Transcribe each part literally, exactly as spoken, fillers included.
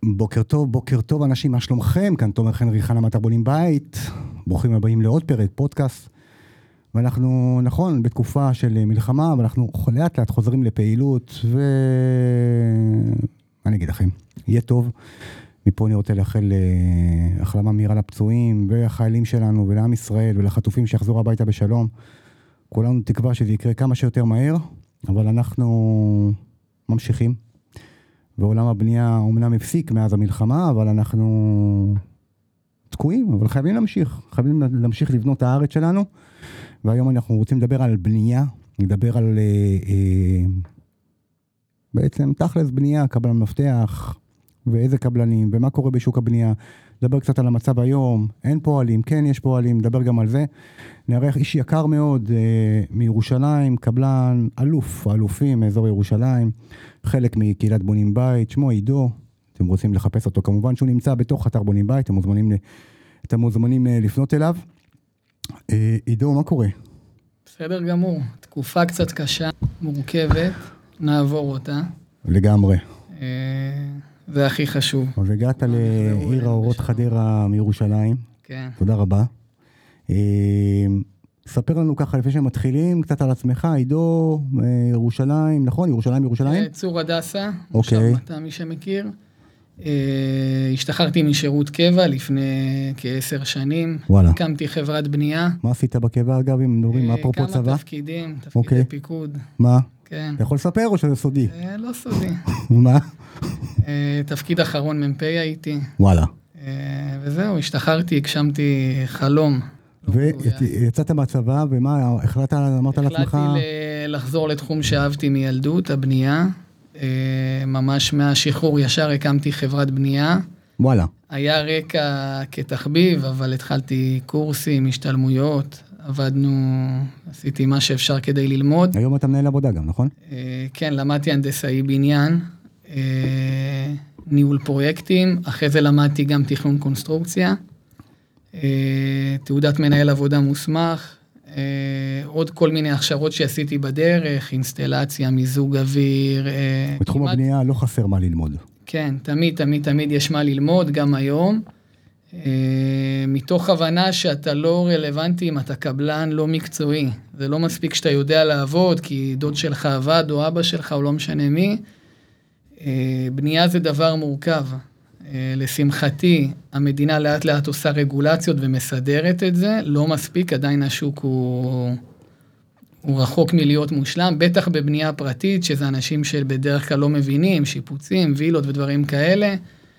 בוקר טוב, בוקר טוב אנשים, מה שלומכם? כאן תומר חנרי חנה מטר בונים בית, ברוכים הבאים לעוד פרק, פודקאסט, ואנחנו, נכון, בתקופה של מלחמה, אבל אנחנו לאט לאט חוזרים לפעילות, ואני אגיד לכם, יהיה טוב, מפה אני רוצה לאחל החלמה מהירה לפצועים, והחיילים שלנו, ולעם ישראל, ולחטופים שיחזרו הביתה בשלום, כולנו תקווה שזה יקרה כמה שיותר מהר, אבל אנחנו ממשיכים, ועולם הבנייה אומנם הפסיק מאז המלחמה, אבל אנחנו תקועים, אבל חייבים להמשיך, חייבים להמשיך לבנות את הארץ שלנו, והיום אנחנו רוצים לדבר על בנייה, נדבר על אה, אה, בעצם תכלס בנייה, קבלן מפתח, ואיזה קבלנים, ומה קורה בשוק הבנייה, נדבר קצת על המצב היום, אין פועלים, כן יש פועלים, נדבר גם על זה, נערך איש יקר מאוד אה, מירושלים, קבלן אלוף, אלופים מאזור ירושלים, חלק מקהילת בונים בית, שמו עידו, אתם רוצים לחפש אותו, כמובן שהוא נמצא בתוך אתר בונים בית, אתם מוזמנים, אתם מוזמנים לפנות אליו. אה, עידו, מה קורה? בסדר גמור, תקופה קצת קשה, מורכבת, נעבור אותה. לגמרי. אה, זה הכי חשוב. אז הגעת לעיר האורות חדרה מירושלים. כן. תודה רבה. ספר לנו ככה לפני שהם מתחילים, קצת על עצמך, עידו, ירושלים, נכון? ירושלים, ירושלים? צור הדסה, אוקיי. מושב מטה, מי שמכיר. השתחררתי משירות קבע לפני כעשר שנים. וואלה. הקמתי חברת בנייה. מה עשית בקבע אגב, אם מדברים, מה אפרופו צבא? כמה תפקידים, תפקידי אוקיי. פיקוד. מה? כן. אתה יכול לספר או שזה סודי? לא סודי. מה? תפקיד אחרון מ"פ הייתי. וואלה. וזהו, השתחררתי, הגשמתי חלום. ויצאת מהצבא, ומה, החלטת, אמרת על עצמך? החלטתי לחזור לתחום שאהבתי מילדות, הבנייה. ממש מהשחרור ישר הקמתי חברת בנייה. וואלה. היה רקע כתחביב, אבל התחלתי קורסים, השתלמויות, עבדנו, עשיתי מה שאפשר כדי ללמוד. היום אתה מנהל עבודה גם, נכון? כן, למדתי הנדסאי בניין, ניהול פרויקטים, אחרי זה למדתי גם תכנון קונסטרוקציה, תעודת מנהל עבודה מוסמך, עוד כל מיני הכשרות שעשיתי בדרך, אינסטלציה, מיזוג אוויר. בתחום כמעט... הבנייה לא חסר מה ללמוד. כן, תמיד, תמיד, תמיד יש מה ללמוד, גם היום. מתוך הבנה שאתה לא רלוונטי אם אתה קבלן לא מקצועי. זה לא מספיק שאתה יודע לעבוד, כי דוד שלך עבד או אבא שלך או לא משנה מי. בנייה זה דבר מורכב. לשמחתי, המדינה לאט לאט עושה רגולציות ומסדרת את זה, לא מספיק, עדיין השוק הוא, הוא רחוק מלהיות מושלם, בטח בבנייה פרטית, שזה אנשים שבדרך כלל לא מבינים, שיפוצים, וילות ודברים כאלה,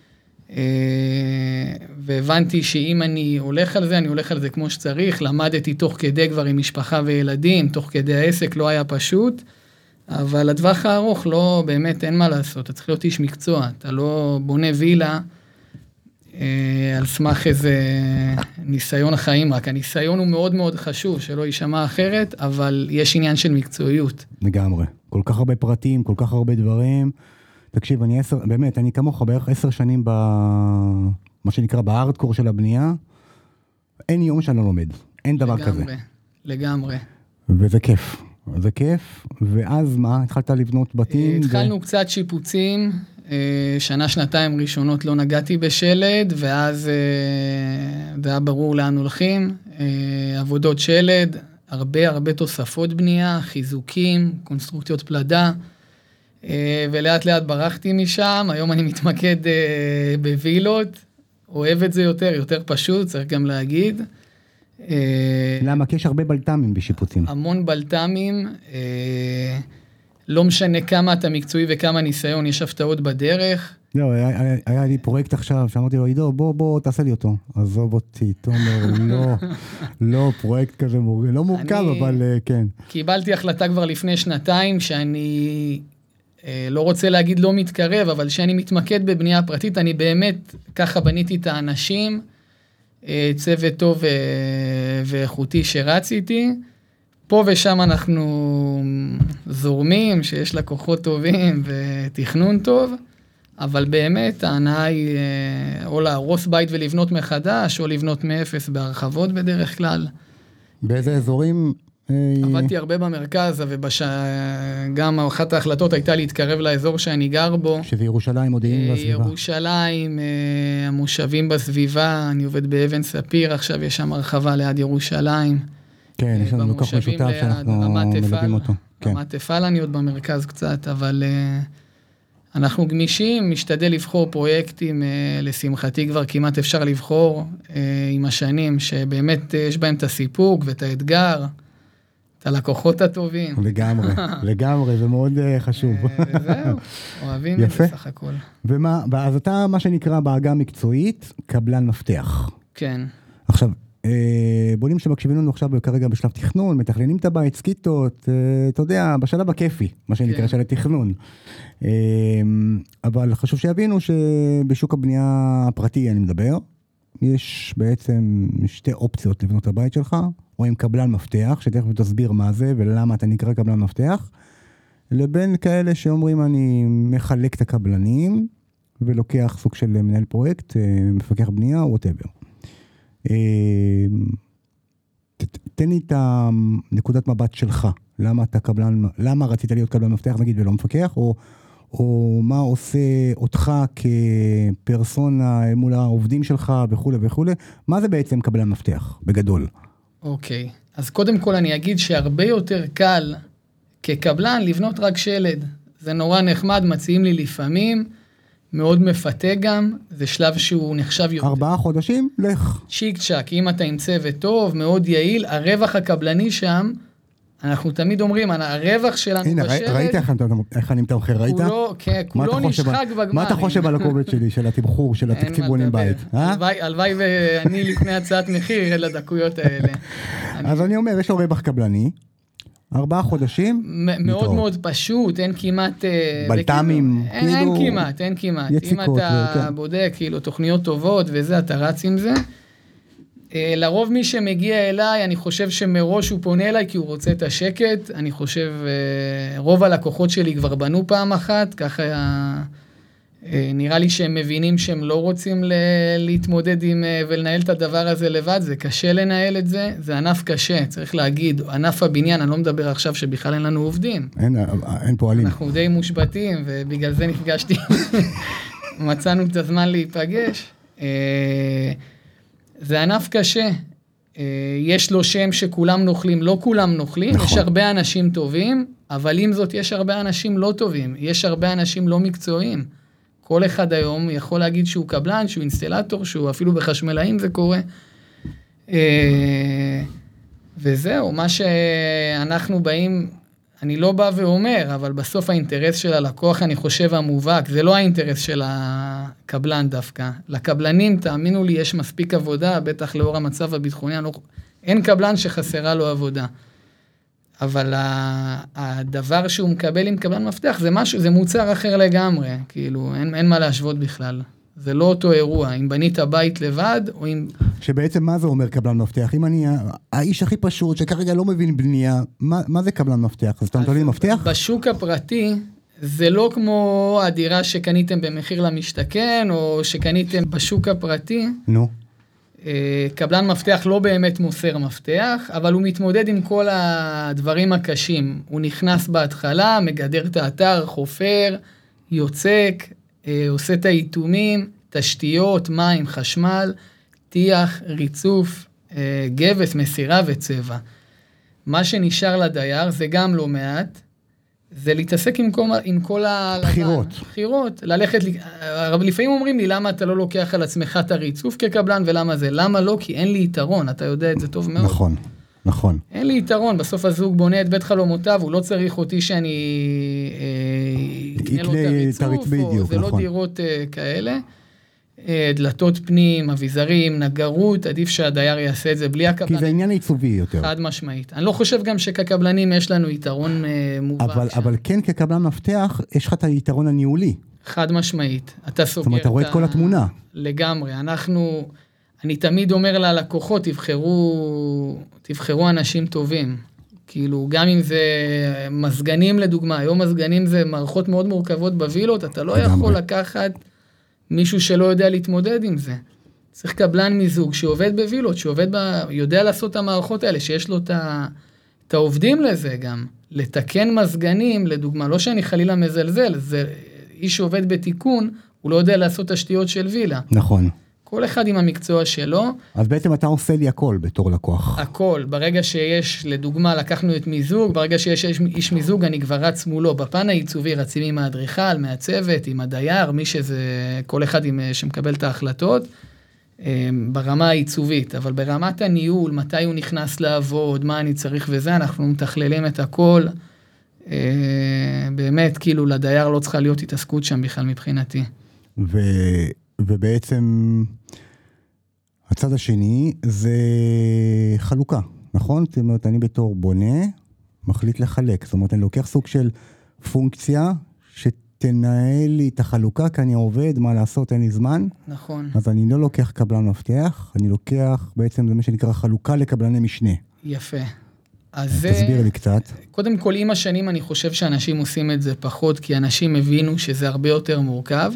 והבנתי שאם אני הולך על זה, אני הולך על זה כמו שצריך, למדתי תוך כדי כבר עם משפחה וילדים, תוך כדי העסק לא היה פשוט, אבל לטווח הארוך לא, באמת אין מה לעשות, אתה צריך להיות איש מקצוע, אתה לא בונה וילה אה, על סמך איזה ניסיון החיים, רק הניסיון הוא מאוד מאוד חשוב, שלא יישמע אחרת, אבל יש עניין של מקצועיות. לגמרי, כל כך הרבה פרטים, כל כך הרבה דברים, תקשיב, אני עשר, באמת, אני כמוך בערך עשר שנים ב... מה שנקרא בארדקור של הבנייה, אין יום שאני לא לומד, אין דבר לגמרי, כזה. לגמרי, לגמרי. וזה כיף. זה כיף, ואז מה? התחלת לבנות בתים? התחלנו ו... קצת שיפוצים, שנה, שנתיים ראשונות לא נגעתי בשלד, ואז זה היה ברור לאן הולכים, עבודות שלד, הרבה הרבה תוספות בנייה, חיזוקים, קונסטרוקציות פלדה, ולאט לאט ברחתי משם, היום אני מתמקד בווילות, אוהב את זה יותר, יותר פשוט, צריך גם להגיד, למה? כי יש הרבה בלת"מים בשיפוצים. המון בלת"מים, לא משנה כמה אתה מקצועי וכמה ניסיון, יש הפתעות בדרך. לא, היה, היה לי פרויקט עכשיו, שאמרתי לו, עידו, בוא, בוא, תעשה לי אותו. עזוב אותי, תומר, לא, לא, פרויקט כזה מורכב, לא מורכב, אבל כן. קיבלתי החלטה כבר לפני שנתיים, שאני לא רוצה להגיד לא מתקרב, אבל שאני מתמקד בבנייה פרטית, אני באמת ככה בניתי את האנשים, צוות טוב ואיכותי שרץ איתי, פה ושם אנחנו זורמים, שיש לקוחות טובים ותכנון טוב, אבל באמת ההנאה היא או להרוס בית ולבנות מחדש, או לבנות מאפס בהרחבות בדרך כלל. באיזה אזורים עבדתי הרבה במרכז, וגם אחת ההחלטות הייתה להתקרב לאזור שאני גר בו. שזה ירושלים, מודיעין בסביבה. ירושלים, המושבים בסביבה, אני עובד באבן ספיר, עכשיו יש שם הרחבה ליד ירושלים. כן, יש לנו לקוח משותף שאנחנו מלווים אותו. רמת אפעל אני עוד במרכז קצת, אבל אנחנו גמישים, משתדל לבחור פרויקטים, לשמחתי כבר כמעט אפשר לבחור עם השנים, שבאמת יש בהם את הסיפוק ואת האתגר, את הלקוחות הטובים. לגמרי, לגמרי, זה מאוד חשוב. וזהו, אוהבים את זה סך הכל. ומה, אז אתה, מה שנקרא בעגה מקצועית, קבלן מפתח. כן. עכשיו, בונים שמקשיבים לנו עכשיו כרגע בשלב תכנון, מתכננים את הבית, סקיטות, אתה יודע, בשלב הכיפי, מה שנקרא של התכנון. אבל חשוב שיבינו שבשוק הבנייה הפרטי, אני מדבר, יש בעצם שתי אופציות לבנות את הבית שלך, או עם קבלן מפתח, שתכף תסביר מה זה ולמה אתה נקרא קבלן מפתח, לבין כאלה שאומרים אני מחלק את הקבלנים, ולוקח סוג של מנהל פרויקט, מפקח בנייה, whatever. תן לי את הנקודת מבט שלך, למה אתה קבלן, למה רצית להיות קבלן מפתח נגיד ולא מפקח, או, או מה עושה אותך כפרסונה מול העובדים שלך וכו' וכו', מה זה בעצם קבלן מפתח בגדול? אוקיי, אז קודם כל אני אגיד שהרבה יותר קל כקבלן לבנות רק שלד, זה נורא נחמד, מציעים לי לפעמים, מאוד מפתה גם, זה שלב שהוא נחשב יותר. ארבעה חודשים, לך. צ'יק צ'ק, אם אתה עם צוות טוב, מאוד יעיל, הרווח הקבלני שם, אנחנו תמיד אומרים, הרווח שלנו הנה, בשלד... הנה, ראית איך אני מתאחר, ראית? כולו, כן, כולו נשחק בגמרים. מה אתה חושב על הקובץ שלי, של התמחור, של התקציב בונים בית? הלוואי ואני לפני הצעת מחיר ירד לדקויות האלה. אז אני אומר, יש לו רווח קבלני, ארבעה חודשים. מאוד מאוד פשוט, אין כמעט... בלת"מים, כאילו... אין כמעט, אין כמעט. אם אתה בודק, כאילו, תוכניות טובות וזה, אתה רץ עם זה. לרוב מי שמגיע אליי, אני חושב שמראש הוא פונה אליי, כי הוא רוצה את השקט. אני חושב, רוב הלקוחות שלי כבר בנו פעם אחת, ככה נראה לי שהם מבינים שהם לא רוצים להתמודד עם ולנהל את הדבר הזה לבד, זה קשה לנהל את זה, זה ענף קשה, צריך להגיד, ענף הבניין, אני לא מדבר עכשיו שבכלל אין לנו עובדים. אין, אין פועלים. אנחנו די מושבתים, ובגלל זה נפגשתי, מצאנו את הזמן להיפגש. זה ענף קשה, יש לו שם שכולם נוכלים, לא כולם נוכלים, נכון. יש הרבה אנשים טובים, אבל עם זאת יש הרבה אנשים לא טובים, יש הרבה אנשים לא מקצועיים. כל אחד היום יכול להגיד שהוא קבלן, שהוא אינסטלטור, שהוא אפילו בחשמלאים זה קורה. וזהו, מה שאנחנו באים, אני לא בא ואומר, אבל בסוף האינטרס של הלקוח, אני חושב המובהק, זה לא האינטרס של הקבלן דווקא. לקבלנים, תאמינו לי, יש מספיק עבודה, בטח לאור המצב הביטחוני, אין קבלן שחסרה לו עבודה. אבל הדבר שהוא מקבל עם קבלן מפתח, זה משהו, זה מוצר אחר לגמרי, כאילו, אין, אין מה להשוות בכלל. זה לא אותו אירוע, אם בנית בית לבד, או אם... שבעצם מה זה אומר קבלן מפתח? אם אני, האיש הכי פשוט, שכרגע לא מבין בנייה, מה, מה זה קבלן מפתח? אז אתה נותן לי מפתח? בשוק הפרטי, זה לא כמו הדירה שקניתם במחיר למשתכן, או שקניתם בשוק הפרטי. נו. קבלן מפתח לא באמת מוסר מפתח, אבל הוא מתמודד עם כל הדברים הקשים. הוא נכנס בהתחלה, מגדר את האתר, חופר, יוצק, עושה את האיתומים, תשתיות, מים, חשמל, טיח, ריצוף, גבס, מסירה וצבע. מה שנשאר לדייר זה גם לא מעט, זה להתעסק עם כל, עם כל ה... בחירות. בחירות, ללכת, לפעמים אומרים לי, למה אתה לא לוקח על עצמך את הריצוף כקבלן, ולמה זה? למה לא? כי אין לי יתרון, אתה יודע את זה טוב מאוד. נכון, נכון. אין לי יתרון, בסוף הזוג בונה את בית חלומותיו, הוא לא צריך אותי שאני אקנה לו את הריצוף, או זה לא דירות כאלה. דלתות פנים, אביזרים, נגרות, עדיף שהדייר יעשה את זה בלי הקבלנים. כי זה עניין עיצובי יותר. חד משמעית. אני לא חושב גם שכקבלנים יש לנו יתרון מובהק. אבל, אבל כן כקבלן מפתח, יש לך את היתרון הניהולי. חד משמעית. אתה סוגר זאת אומרת, אתה רואה את כל התמונה. לגמרי. אנחנו, אני תמיד אומר ללקוחות, תבחרו, תבחרו אנשים טובים. כאילו, גם אם זה מזגנים לדוגמה, היום מזגנים זה מערכות מאוד מורכבות בווילות, אתה לא יכול לקחת מישהו שלא יודע להתמודד עם זה. צריך קבלן מיזוג שעובד בווילות, שעובד ב... יודע לעשות את המערכות האלה, שיש לו את, ה... את העובדים לזה גם, לתקן מזגנים, לדוגמה, לא שאני חלילה מזלזל, זה איש שעובד בתיקון, הוא לא יודע לעשות תשתיות של וילה. נכון. כל אחד עם המקצוע שלו. אז בעצם אתה עושה לי הכל בתור לקוח. הכל. ברגע שיש, לדוגמה, לקחנו את מיזוג, ברגע שיש איש מיזוג, אני כבר רץ מולו. בפן העיצובי רצים עם האדריכל, מהצוות, עם הדייר, מי שזה, כל אחד עם, שמקבל את ההחלטות, ברמה העיצובית. אבל ברמת הניהול, מתי הוא נכנס לעבוד, מה אני צריך וזה, אנחנו מתכללים את הכל. באמת, כאילו, לדייר לא צריכה להיות התעסקות שם בכלל מבחינתי. ו... ובעצם הצד השני זה חלוקה, נכון? זאת אומרת, אני בתור בונה מחליט לחלק. זאת אומרת, אני לוקח סוג של פונקציה שתנהל לי את החלוקה, כי אני עובד, מה לעשות, אין לי זמן. נכון. אז אני לא לוקח קבלן מפתח, אני לוקח בעצם זה מה שנקרא חלוקה לקבלני משנה. יפה. אז תסביר לי קצת. קודם כל, עם השנים אני חושב שאנשים עושים את זה פחות, כי אנשים הבינו שזה הרבה יותר מורכב.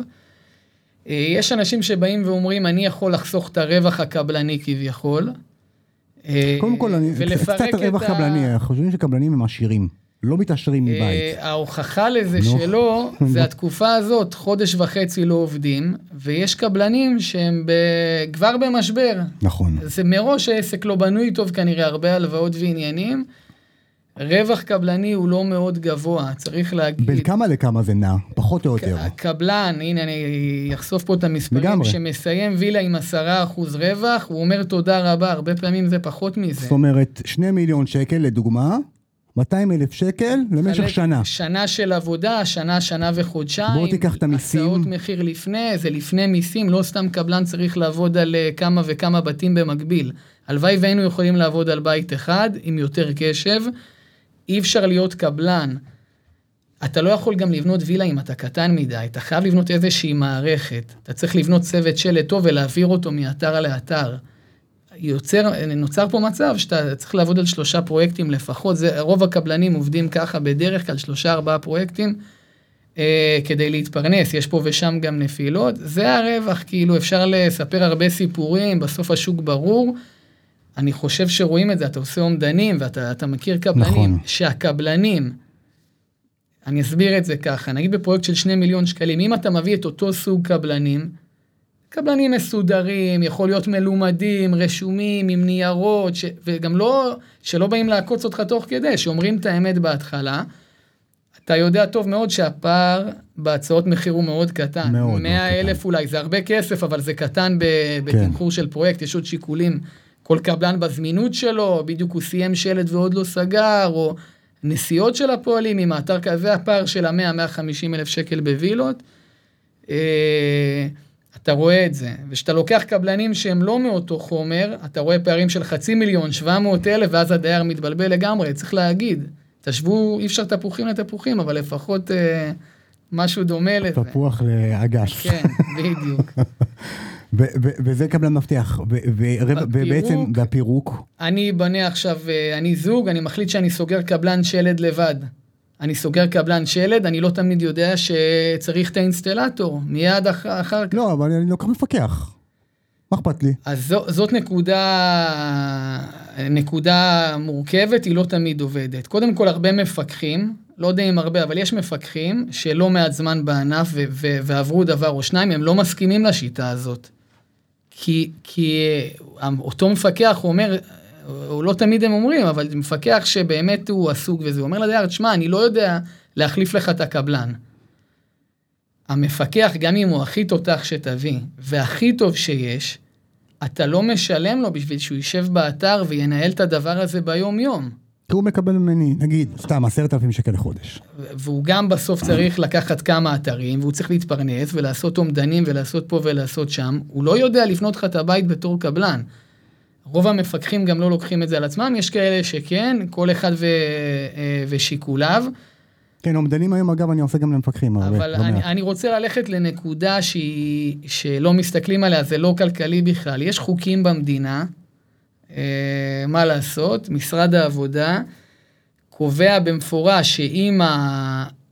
יש אנשים שבאים ואומרים, אני יכול לחסוך את הרווח הקבלני כביכול. קודם כל, קצת הרווח קבלני, חושבים שקבלנים הם עשירים, לא מתעשרים מבית. ההוכחה לזה שלא, זה התקופה הזאת, חודש וחצי לא עובדים, ויש קבלנים שהם כבר במשבר. נכון. זה מראש העסק לא בנוי טוב, כנראה הרבה הלוואות ועניינים. רווח קבלני הוא לא מאוד גבוה, צריך להגיד. בין כמה לכמה זה נע, פחות או יותר. הקבלן, הנה אני אחשוף פה את המספרים, לגמרי. שמסיים וילה עם עשרה אחוז רווח, הוא אומר תודה רבה, הרבה פעמים זה פחות מזה. זאת אומרת, שני מיליון שקל לדוגמה, מאתיים אלף שקל למשך שנה. שנה של עבודה, שנה, שנה וחודשיים. בוא תיקח את המיסים. הצעות מחיר לפני, זה לפני מיסים, לא סתם קבלן צריך לעבוד על כמה וכמה בתים במקביל. הלוואי והיינו יכולים לעבוד על בית אחד, עם יותר קשב, אי אפשר להיות קבלן. אתה לא יכול גם לבנות וילה אם אתה קטן מדי, אתה חייב לבנות איזושהי מערכת, אתה צריך לבנות צוות שלט טוב ולהעביר אותו מאתר לאתר. יוצר, נוצר פה מצב שאתה צריך לעבוד על שלושה פרויקטים לפחות, זה, רוב הקבלנים עובדים ככה בדרך כלל שלושה ארבעה פרויקטים, אה, כדי להתפרנס, יש פה ושם גם נפילות, זה הרווח, כאילו אפשר לספר הרבה סיפורים, בסוף השוק ברור, אני חושב שרואים את זה, אתה עושה עומדנים, ואתה אתה מכיר קבלנים, נכון. שהקבלנים, אני אסביר את זה ככה, נגיד בפרויקט של שני מיליון שקלים, אם אתה מביא את אותו סוג קבלנים, קבלנים מסודרים, יכול להיות מלומדים, רשומים, עם ניירות, ש... וגם לא, שלא באים לעקוץ אותך תוך כדי, שאומרים את האמת בהתחלה, אתה יודע טוב מאוד שהפער בהצעות מחיר הוא מאוד קטן. מאוד מאה אלף אולי, זה הרבה כסף, אבל זה קטן בתמחור כן. של פרויקט, יש עוד שיקולים, כל קבלן בזמינות שלו, בדיוק הוא סיים שלט ועוד לא סגר, או נסיעות של הפועלים, עם האתר כזה, הפער של ה-מאה עד מאה וחמישים אלף שקל בווילות, אתה רואה את זה, ושאתה לוקח קבלנים שהם לא מאותו חומר, אתה רואה פערים של חצי מיליון, שבע מאות אלף, ואז הדייר מתבלבל לגמרי, צריך להגיד, תשבו, אי אפשר תפוחים לתפוחים, אבל לפחות אה, משהו דומה לזה. תפוח לאגש. כן, בדיוק. וזה קבלן מפתח, ובעצם בפירוק. אני בנה עכשיו, אני זוג, אני מחליט שאני סוגר קבלן שלד לבד. אני סוגר קבלן שלד, אני לא תמיד יודע שצריך את האינסטלטור, מיד אחר כך. לא, אבל אני לא כך מפקח. מה אכפת לי? אז זו, זאת נקודה, נקודה מורכבת, היא לא תמיד עובדת. קודם כל, הרבה מפקחים, לא יודע אם הרבה, אבל יש מפקחים שלא מעט זמן בענף ו- ו- ועברו דבר או שניים, הם לא מסכימים לשיטה הזאת. כי, כי אותו מפקח, הוא אומר, הוא לא תמיד הם אומרים, אבל מפקח שבאמת הוא עסוק וזה, הוא אומר לדייר, תשמע, אני לא יודע להחליף לך את הקבלן. המפקח, גם אם הוא הכי תותח שתביא, והכי טוב שיש, אתה לא משלם לו בשביל שהוא יישב באתר וינהל את הדבר הזה ביום יום. כי הוא מקבל ממני, נגיד, סתם, עשרת אלפים שקל לחודש. והוא גם בסוף צריך לקחת כמה אתרים, והוא צריך להתפרנס ולעשות עומדנים ולעשות פה ולעשות שם. הוא לא יודע לפנות לך את הבית בתור קבלן. רוב המפקחים גם לא לוקחים את זה על עצמם, יש כאלה שכן, כל אחד ו... ושיקוליו. כן, עומדנים היום, אגב, אני עושה גם למפקחים. אבל הרבה, אני, אני רוצה ללכת לנקודה שהיא, שלא מסתכלים עליה, זה לא כלכלי בכלל. יש חוקים במדינה, אה, מה לעשות? משרד העבודה קובע במפורש שאם ה...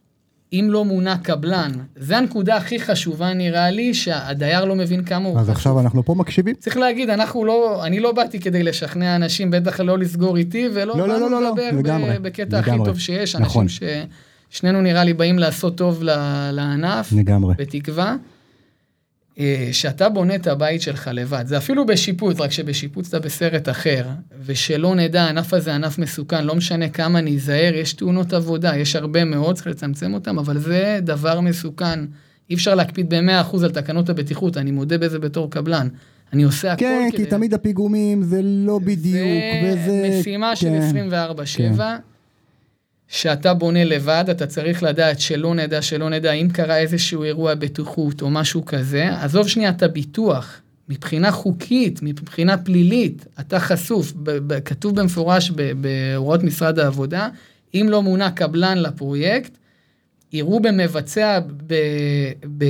אם לא מונה קבלן, זה הנקודה הכי חשובה נראה לי, שהדייר לא מבין כמה הוא אז עכשיו אנחנו פה מקשיבים? צריך להגיד, אנחנו לא, אני לא באתי כדי לשכנע אנשים, בטח לא לסגור איתי, ולא לא, לא, לא, לא, לדבר בקטע הכי טוב שיש, אנשים ששנינו נראה לי באים לעשות טוב לענף, בתקווה, שאתה בונה את הבית שלך לבד, זה אפילו בשיפוץ, רק שבשיפוץ אתה בסרט אחר, ושלא נדע, הענף הזה ענף מסוכן, לא משנה כמה ניזהר, יש תאונות עבודה, יש הרבה מאוד, צריך לצמצם אותם, אבל זה דבר מסוכן, אי אפשר להקפיד ב-מאה אחוז על תקנות הבטיחות, אני מודה בזה בתור קבלן, אני עושה הכל כן, כדי... כי תמיד הפיגומים זה לא בדיוק, וזה... זה משימה של עשרים וארבע שבע, שאתה בונה לבד, אתה צריך לדעת שלא נדע, שלא נדע, אם קרה איזשהו אירוע בטיחות או משהו כזה, עזוב שנייה את הביטוח, מבחינה חוקית, מבחינה פלילית, אתה חשוף, כתוב במפורש בהוראות משרד העבודה, אם לא מונה קבלן לפרויקט, יראו במבצע, ב, ב,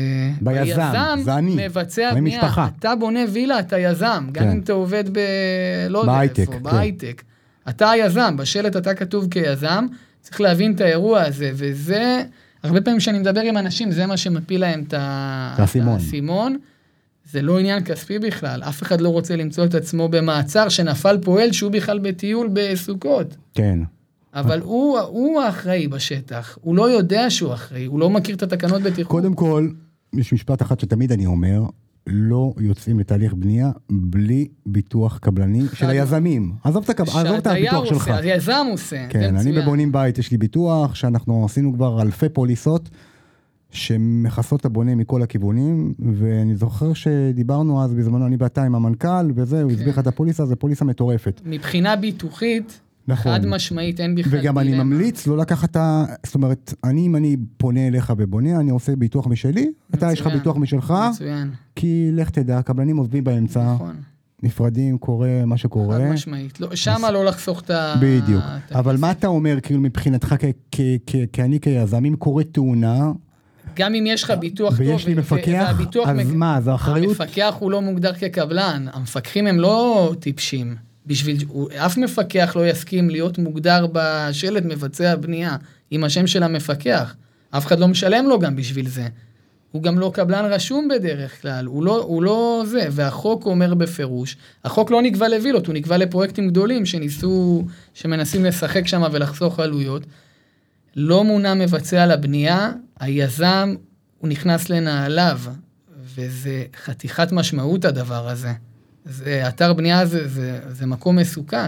ביזם, זה אני, מבצע בנייה, אתה בונה וילה, אתה יזם, גם אם אתה עובד ב... לא יודע איפה, בהייטק. אתה היזם, בשלט אתה כתוב כיזם, צריך להבין את האירוע הזה, וזה, הרבה פעמים שאני מדבר עם אנשים, זה מה שמפיל להם את הסימון, זה לא עניין כספי בכלל, אף אחד לא רוצה למצוא את עצמו במעצר, שנפל פועל שהוא בכלל בטיול בסוכות. כן. אבל הוא, הוא האחראי בשטח, הוא לא יודע שהוא אחראי, הוא לא מכיר את התקנות בטיחות. קודם כל, יש משפט אחד שתמיד אני אומר, לא יוצאים לתהליך בנייה בלי ביטוח קבלני של היזמים. עזוב את הביטוח שלך. היזם עושה. כן, אני בבונים בית, יש לי ביטוח שאנחנו עשינו כבר אלפי פוליסות שמכסות את הבונה מכל הכיוונים, ואני זוכר שדיברנו אז בזמנו, אני באתה עם המנכ"ל, וזה, הוא הסביר לך את הפוליסה, זה פוליסה מטורפת. מבחינה ביטוחית, חד משמעית, אין בכלל. וגם אני ממליץ לא לקחת, זאת אומרת, אני, אם אני פונה אליך בבונה, אני עושה ביטוח משלי, אתה יש לך ביטוח משלך, כי לך תדע, הקבלנים עובדים באמצע, נפרדים, קורה מה שקורה. חד משמעית, שמה לא לחסוך את ה... בדיוק, אבל מה אתה אומר, כאילו מבחינתך, כי אני כיזם, אם קורה תאונה, גם אם יש לך ביטוח טוב, ויש לי מפקח, אז מה, זו אחריות? המפקח הוא לא מוגדר כקבלן, המפקחים הם לא טיפשים. בשביל, אף מפקח לא יסכים להיות מוגדר בשלט מבצע בנייה עם השם של המפקח. אף אחד לא משלם לו גם בשביל זה. הוא גם לא קבלן רשום בדרך כלל. הוא לא, הוא לא זה. והחוק אומר בפירוש, החוק לא נקבע לווילות, הוא נקבע לפרויקטים גדולים שניסו, שמנסים לשחק שם ולחסוך עלויות. לא מונה מבצע לבנייה, היזם הוא נכנס לנעליו, וזה חתיכת משמעות הדבר הזה. זה, אתר בנייה זה, זה, זה מקום מסוכן.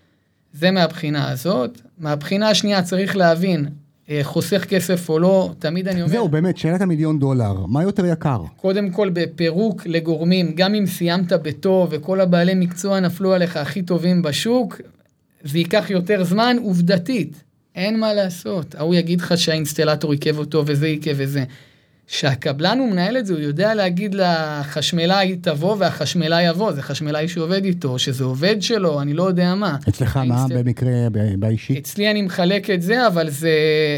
זה מהבחינה הזאת. מהבחינה השנייה צריך להבין, חוסך כסף או לא, תמיד אני אומר... זהו, באמת, שאלת המיליון דולר, מה יותר יקר? קודם כל, בפירוק לגורמים, גם אם סיימת בטוב, וכל הבעלי מקצוע נפלו עליך הכי טובים בשוק, זה ייקח יותר זמן עובדתית. אין מה לעשות. הוא יגיד לך שהאינסטלטור יקב אותו, וזה יקב וזה. שהקבלן הוא מנהל את זה, הוא יודע להגיד לחשמלאי תבוא, והחשמלאי יבוא, זה חשמלאי שעובד איתו, שזה עובד שלו, אני לא יודע מה. אצלך מה במקרה באישי? אצלי אני מחלק את זה, אבל זה,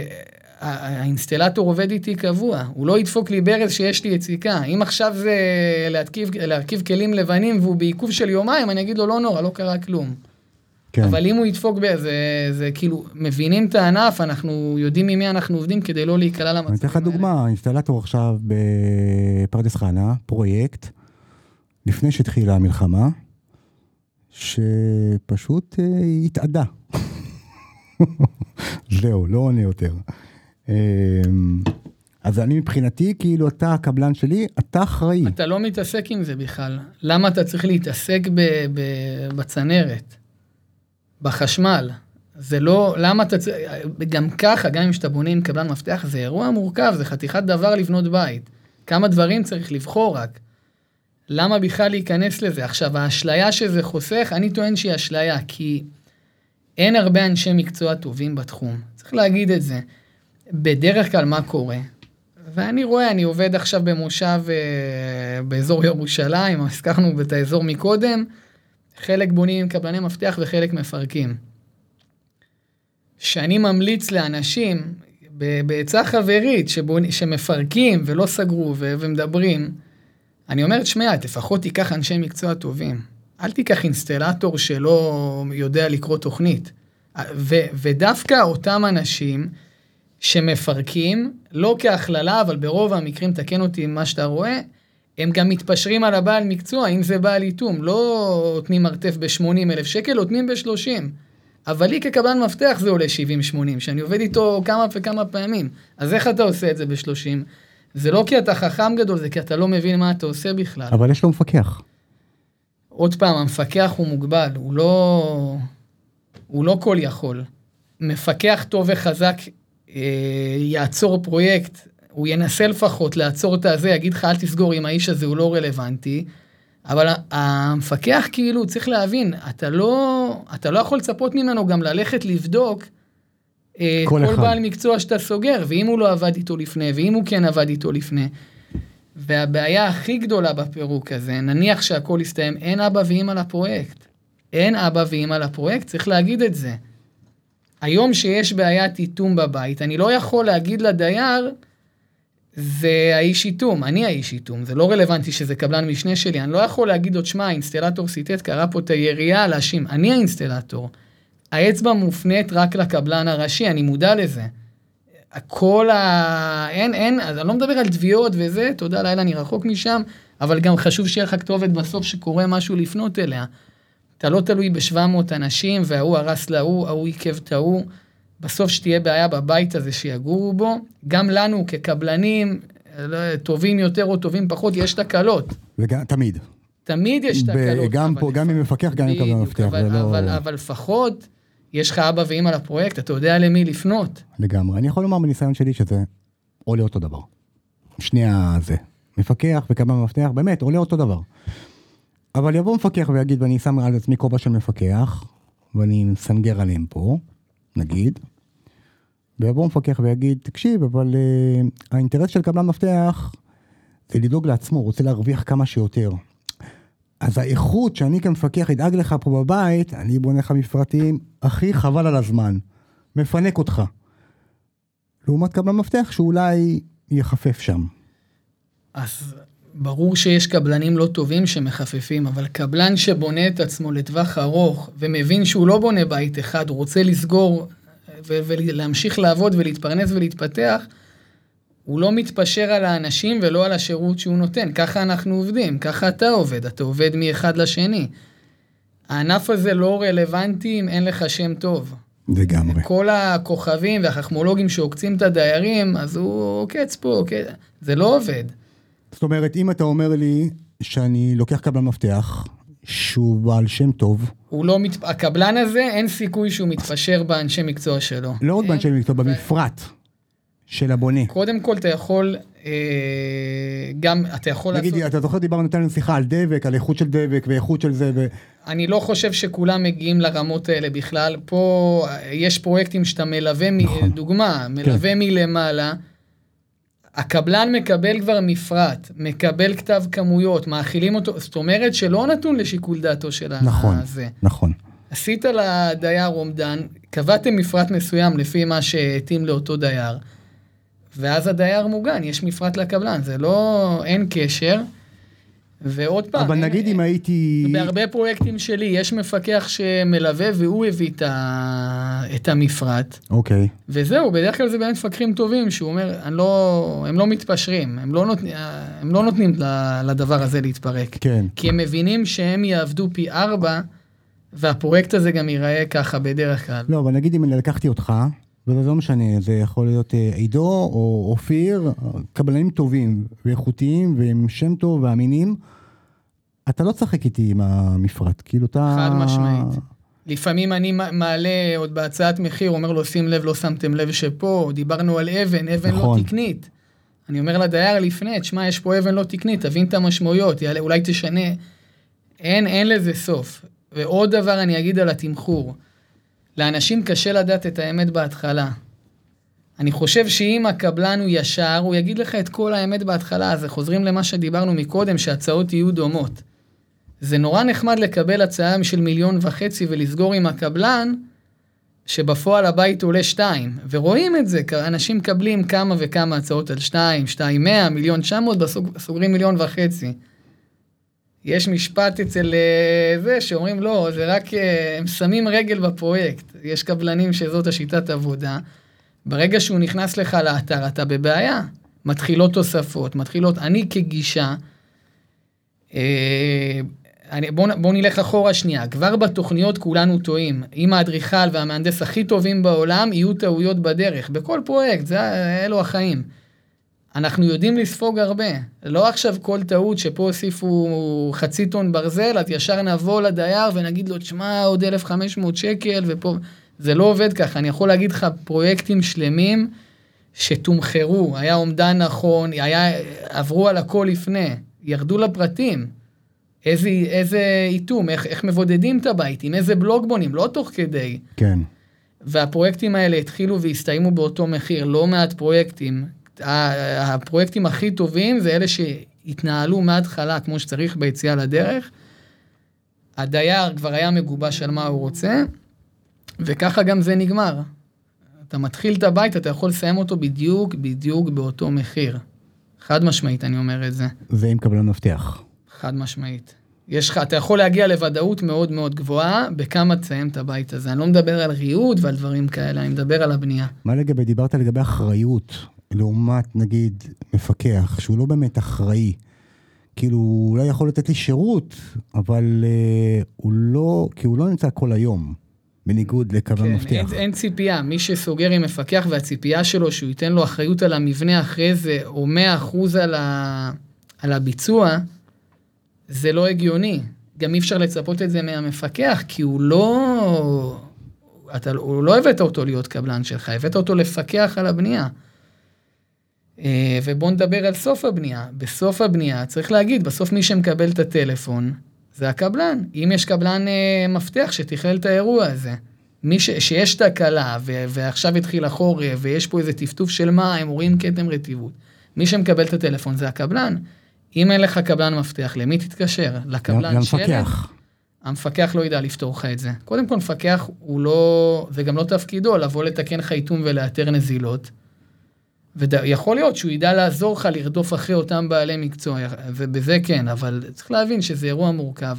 האינסטלטור עובד איתי קבוע, הוא לא ידפוק לי ברז שיש לי יציקה, אם עכשיו זה להרכיב, להרכיב כלים לבנים, והוא בעיכוב של יומיים, אני אגיד לו לא נורא, לא קרה כלום. כן. אבל אם הוא ידפוק בזה, זה, זה כאילו, מבינים את הענף, אנחנו יודעים ממי אנחנו עובדים, כדי לא להיקלה למצבים. אני אתן לך דוגמה, אינסטלטור עכשיו בפרדס חנה, פרויקט, לפני שהתחילה המלחמה, שפשוט אה, התעדה. זהו, לא עונה יותר. אה, אז אני מבחינתי, כאילו אתה הקבלן שלי, אתה אחראי. אתה לא מתעסק עם זה בכלל. למה אתה צריך להתעסק ב- ב- בצנרת? בחשמל, זה לא, למה אתה, גם ככה, גם אם שאתה בונה עם קבלן מפתח, זה אירוע מורכב, זה חתיכת דבר לבנות בית. כמה דברים צריך לבחור רק. למה בכלל להיכנס לזה? עכשיו, האשליה שזה חוסך, אני טוען שהיא אשליה, כי אין הרבה אנשי מקצוע טובים בתחום. צריך להגיד את זה. בדרך כלל מה קורה? ואני רואה, אני עובד עכשיו במושב באזור ירושלים, הזכרנו את האזור מקודם, חלק בונים עם קבלני מפתח וחלק מפרקים. שאני ממליץ לאנשים, בעצה חברית, שבונ... שמפרקים ולא סגרו ו... ומדברים, אני אומרת, שמע, לפחות תיקח אנשי מקצוע טובים. אל תיקח אינסטלטור שלא יודע לקרוא תוכנית. ו... ודווקא אותם אנשים שמפרקים, לא כהכללה, אבל ברוב המקרים, תקן אותי מה שאתה רואה, הם גם מתפשרים על הבעל מקצוע, אם זה בעל איתום, לא נותנים מרתף ב-שמונים אלף שקל, נותנים ב-שלושים. אבל לי כקבלן מפתח זה עולה שבעים שמונים, שאני עובד איתו כמה וכמה פעמים. אז איך אתה עושה את זה ב-שלושים? זה לא כי אתה חכם גדול, זה כי אתה לא מבין מה אתה עושה בכלל. אבל יש לו מפקח. עוד פעם, המפקח הוא מוגבל, הוא לא, הוא לא כל יכול. מפקח טוב וחזק אה, יעצור פרויקט, הוא ינסה לפחות לעצור את הזה, יגיד לך אל תסגור עם האיש הזה, הוא לא רלוונטי, אבל המפקח כאילו צריך להבין, אתה לא, אתה לא יכול לצפות ממנו גם ללכת לבדוק אה, כל, כל בעל מקצוע שאתה סוגר, ואם הוא לא עבד איתו לפני, ואם הוא כן עבד איתו לפני, והבעיה הכי גדולה בפירוק הזה, נניח שהכל יסתיים, אין אבא ואמא לפרויקט. אין אבא ואמא לפרויקט, צריך להגיד את זה. היום שיש בעיית איתום בבית, אני לא יכול להגיד לדייר, זה האיש איתום, אני האיש איתום, זה לא רלוונטי שזה קבלן משנה שלי, אני לא יכול להגיד עוד שמה, האינסטלטור סיטט קרא פה את היריעה להאשים, אני האינסטלטור. האצבע מופנית רק לקבלן הראשי, אני מודע לזה. כל ה... אין, אין, אז אני לא מדבר על תביעות וזה, תודה לילה, אני רחוק משם, אבל גם חשוב שיהיה לך כתובת בסוף שקורה משהו לפנות אליה. אתה לא תלוי ב-שבע מאות אנשים, והוא הרס להוא, ההוא עיכב את ההוא, בסוף שתהיה בעיה בבית הזה שיגורו בו, גם לנו כקבלנים, טובים יותר או טובים פחות, יש תקלות. וגם, תמיד. תמיד יש תקלות. גם פה, גם אם מפקח, גם אם קבלן מפתח. אבל, ולא... אבל, אבל לפחות... יש לך אבא ואמא לפרויקט, אתה יודע למי לפנות. לגמרי. אני יכול לומר בניסיון שלי שזה עולה אותו דבר. שני הזה. מפקח וקבלן מפתח, באמת, עולה אותו דבר. אבל יבוא מפקח ויגיד, ואני שם על עצמי כובע של מפקח, ואני מסנגר עליהם פה, נגיד, ויבוא מפקח ויגיד, תקשיב, אבל uh, האינטרס של קבלן מפתח זה לדאוג לעצמו, הוא רוצה להרוויח כמה שיותר. אז האיכות שאני כמפקח ידאג לך פה בבית, אני בונה לך מפרטים, הכי חבל על הזמן, מפנק אותך. לעומת קבלן מפתח שאולי יחפף שם. אז ברור שיש קבלנים לא טובים שמחפפים, אבל קבלן שבונה את עצמו לטווח ארוך, ומבין שהוא לא בונה בית אחד, הוא רוצה לסגור ו- ולהמשיך לעבוד ולהתפרנס ולהתפתח, הוא לא מתפשר על האנשים ולא על השירות שהוא נותן. ככה אנחנו עובדים, ככה אתה עובד, אתה עובד מאחד לשני. הענף הזה לא רלוונטי אם אין לך שם טוב. לגמרי. כל הכוכבים והחכמולוגים שעוקצים את הדיירים, אז הוא עוקץ פה, עוקץ. זה לא עובד. זאת אומרת, אם אתה אומר לי שאני לוקח קבלן מפתח, שהוא בעל שם טוב, הוא לא מת... הקבלן הזה אין סיכוי שהוא מתפשר באנשי מקצוע שלו. לא רק באנשי מקצוע, במפרט של הבונה. קודם כל אתה יכול, אה, גם אתה יכול נגיד, לעשות... אתה זוכר דיברנו נתן שיחה על דבק, על איכות של דבק ואיכות של זה ו... אני לא חושב שכולם מגיעים לרמות האלה בכלל. פה יש פרויקטים שאתה מלווה, נכון. דוגמה, מלווה כן. מלמעלה, הקבלן מקבל כבר מפרט, מקבל כתב כמויות, מאכילים אותו, זאת אומרת שלא נתון לשיקול דעתו של נכון, הזה. נכון. עשית לדייר עומדן, קבעתם מפרט מסוים לפי מה שהתאים לאותו דייר, ואז הדייר מוגן, יש מפרט לקבלן, זה לא, אין קשר, ועוד פעם, אבל אין, נגיד אין, אם הייתי... בהרבה פרויקטים שלי, יש מפקח שמלווה, והוא הביא את, ה, את המפרט. אוקיי. וזהו, בדרך כלל זה באמת מפקחים טובים, שהוא אומר, אני לא, הם לא מתפשרים, הם לא, נות, הם לא נותנים לדבר הזה להתפרק. כן. כי הם מבינים שהם יעבדו פי ארבע, והפרויקט הזה גם ייראה ככה בדרך כלל. לא, אבל נגיד אם אני לקחתי אותך, וזה לא משנה, זה יכול להיות עידו או אופיר, קבלנים טובים ואיכותיים ועם שם טוב ואמינים, אתה לא צחק איתי עם המפרט, כאילו אתה... חד משמעית. לפעמים אני מעלה עוד בהצעת מחיר, אומר לו, שים לב, לא שמתם לב שפה, דיברנו על אבן, אבן נכון. לא תקנית. אני אומר לדייר לפני, תשמע, יש פה אבן לא תקנית, תבין את המשמעויות, יעלה, אולי תשנה. אין, אין לזה סוף. ועוד דבר אני אגיד על התמחור. לאנשים קשה לדעת את האמת בהתחלה. אני חושב שאם הקבלן הוא ישר, הוא יגיד לך את כל האמת בהתחלה, אז חוזרים למה שדיברנו מקודם, שהצעות יהיו דומות. זה נורא נחמד לקבל הצעה של מיליון וחצי ולסגור עם הקבלן, שבפועל הבית עולה שתיים, ורואים את זה, אנשים מקבלים כמה וכמה הצעות על שתיים, שתיים מאה, מיליון תשע מאות, סוגרים מיליון וחצי. יש משפט אצל זה שאומרים לא, זה רק, הם שמים רגל בפרויקט. יש קבלנים שזאת השיטת עבודה, ברגע שהוא נכנס לך לאתר, אתה בבעיה. מתחילות תוספות, מתחילות, אני כגישה, אה, אני, בוא, בוא נלך אחורה שנייה, כבר בתוכניות כולנו טועים, אם האדריכל והמהנדס הכי טובים בעולם, יהיו טעויות בדרך, בכל פרויקט, זה אלו החיים. אנחנו יודעים לספוג הרבה, לא עכשיו כל טעות שפה הוסיפו חצי טון ברזל, אז ישר נבוא לדייר ונגיד לו, תשמע, עוד אלף וחמש מאות שקל, ופה, זה לא עובד ככה, אני יכול להגיד לך פרויקטים שלמים, שתומחרו, היה עומדן נכון, היה, עברו על הכל לפני, ירדו לפרטים, איזה, איזה איתום, איך, איך מבודדים את הבית, עם איזה בלוג בונים, לא תוך כדי. כן. והפרויקטים האלה התחילו והסתיימו באותו מחיר, לא מעט פרויקטים. הפרויקטים הכי טובים זה אלה שהתנהלו מההתחלה כמו שצריך ביציאה לדרך. הדייר כבר היה מגובש על מה הוא רוצה, וככה גם זה נגמר. אתה מתחיל את הבית, אתה יכול לסיים אותו בדיוק, בדיוק באותו מחיר. חד משמעית, אני אומר את זה. זה עם קבלן מבטיח. חד משמעית. יש לך, אתה יכול להגיע לוודאות מאוד מאוד גבוהה, בכמה תסיים את הבית הזה. אני לא מדבר על ריהוט ועל דברים כאלה, אני מדבר על הבנייה. מה לגבי, דיברת לגבי אחריות, לעומת נגיד מפקח, שהוא לא באמת אחראי. כאילו, הוא לא יכול לתת לי שירות, אבל uh, הוא לא, כי הוא לא נמצא כל היום. בניגוד לקבלן כן, מבטיח. אין, אין ציפייה, מי שסוגר עם מפקח והציפייה שלו שהוא ייתן לו אחריות על המבנה אחרי זה, או מאה אחוז על, ה, על הביצוע, זה לא הגיוני. גם אי אפשר לצפות את זה מהמפקח, כי הוא לא, אתה, הוא לא הבאת אותו להיות קבלן שלך, הבאת אותו לפקח על הבנייה. ובואו נדבר על סוף הבנייה. בסוף הבנייה, צריך להגיד, בסוף מי שמקבל את הטלפון, זה הקבלן. אם יש קבלן אה, מפתח שתכלל את האירוע הזה, מי ש, שיש תקלה, ו, ועכשיו התחיל החורף, ויש פה איזה טפטוף של מים, רואים כתם רטיבות, מי שמקבל את הטלפון זה הקבלן. אם אין לך קבלן מפתח, למי תתקשר? לקבלן שלט? למפקח. המפקח לא ידע לפתור לך את זה. קודם כל, מפקח הוא לא, זה גם לא תפקידו, לבוא לתקן חייטום ולאתר נזילות, ויכול להיות שהוא ידע לעזור לך לרדוף אחרי אותם בעלי מקצוע, ובזה כן, אבל צריך להבין שזה אירוע מורכב.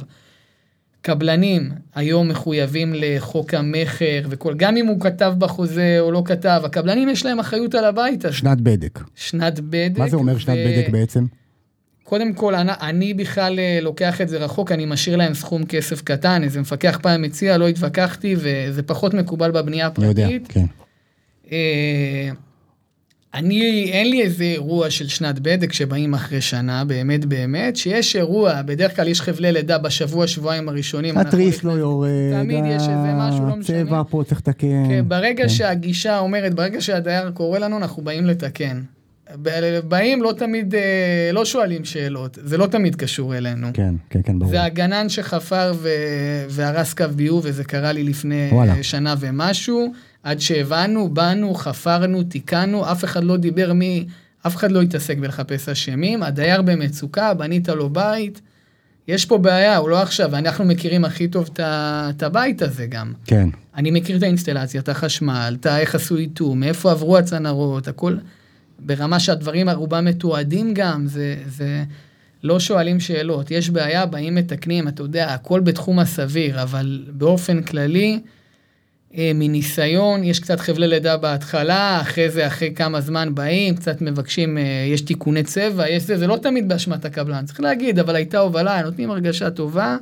קבלנים היום מחויבים לחוק המחר, וכל, גם אם הוא כתב בחוזה או לא כתב, הקבלנים יש להם אחריות על הבית הזה. שנת בדק. שנת בדק. מה זה אומר שנת ו... בדק בעצם? קודם כל, אני, אני בכלל לוקח את זה רחוק, אני משאיר להם סכום כסף קטן, איזה מפקח פעם מציע, לא התווכחתי, וזה פחות מקובל בבנייה הפרטית. אני יודע, כן. אה, אני, אין לי איזה אירוע של שנת בדק שבאים אחרי שנה, באמת באמת, שיש אירוע, בדרך כלל יש חבלי לידה בשבוע, שבועיים הראשונים. התריס לא יורד, תמיד יש איזה משהו, לא משנה. צבע פה צריך לתקן. כן, ברגע שהגישה אומרת, ברגע שהדייר קורא לנו, אנחנו באים לתקן. באים לא תמיד, לא שואלים שאלות, זה לא תמיד קשור אלינו. כן, כן, כן, ברור. זה הגנן שחפר והרס קו ביוב, וזה קרה לי לפני שנה ומשהו, עד שהבנו, באנו, חפרנו, תיקנו, אף אחד לא דיבר מי, אף אחד לא התעסק בלחפש אשמים, הדייר במצוקה, בנית לו בית, יש פה בעיה, הוא לא עכשיו, אנחנו מכירים הכי טוב את הבית הזה גם. כן. אני מכיר את האינסטלציה, את החשמל, את איך עשו איתום, מאיפה עברו הצנרות, הכל, ברמה שהדברים הרובם מתועדים גם, זה, זה לא שואלים שאלות, יש בעיה, באים מתקנים, אתה יודע, הכל בתחום הסביר, אבל באופן כללי, מניסיון, יש קצת חבלי לידה בהתחלה, אחרי זה, אחרי כמה זמן באים, קצת מבקשים, יש תיקוני צבע, יש זה, זה לא תמיד באשמת הקבלן, צריך להגיד, אבל הייתה הובלה, נותנים הרגשה טובה,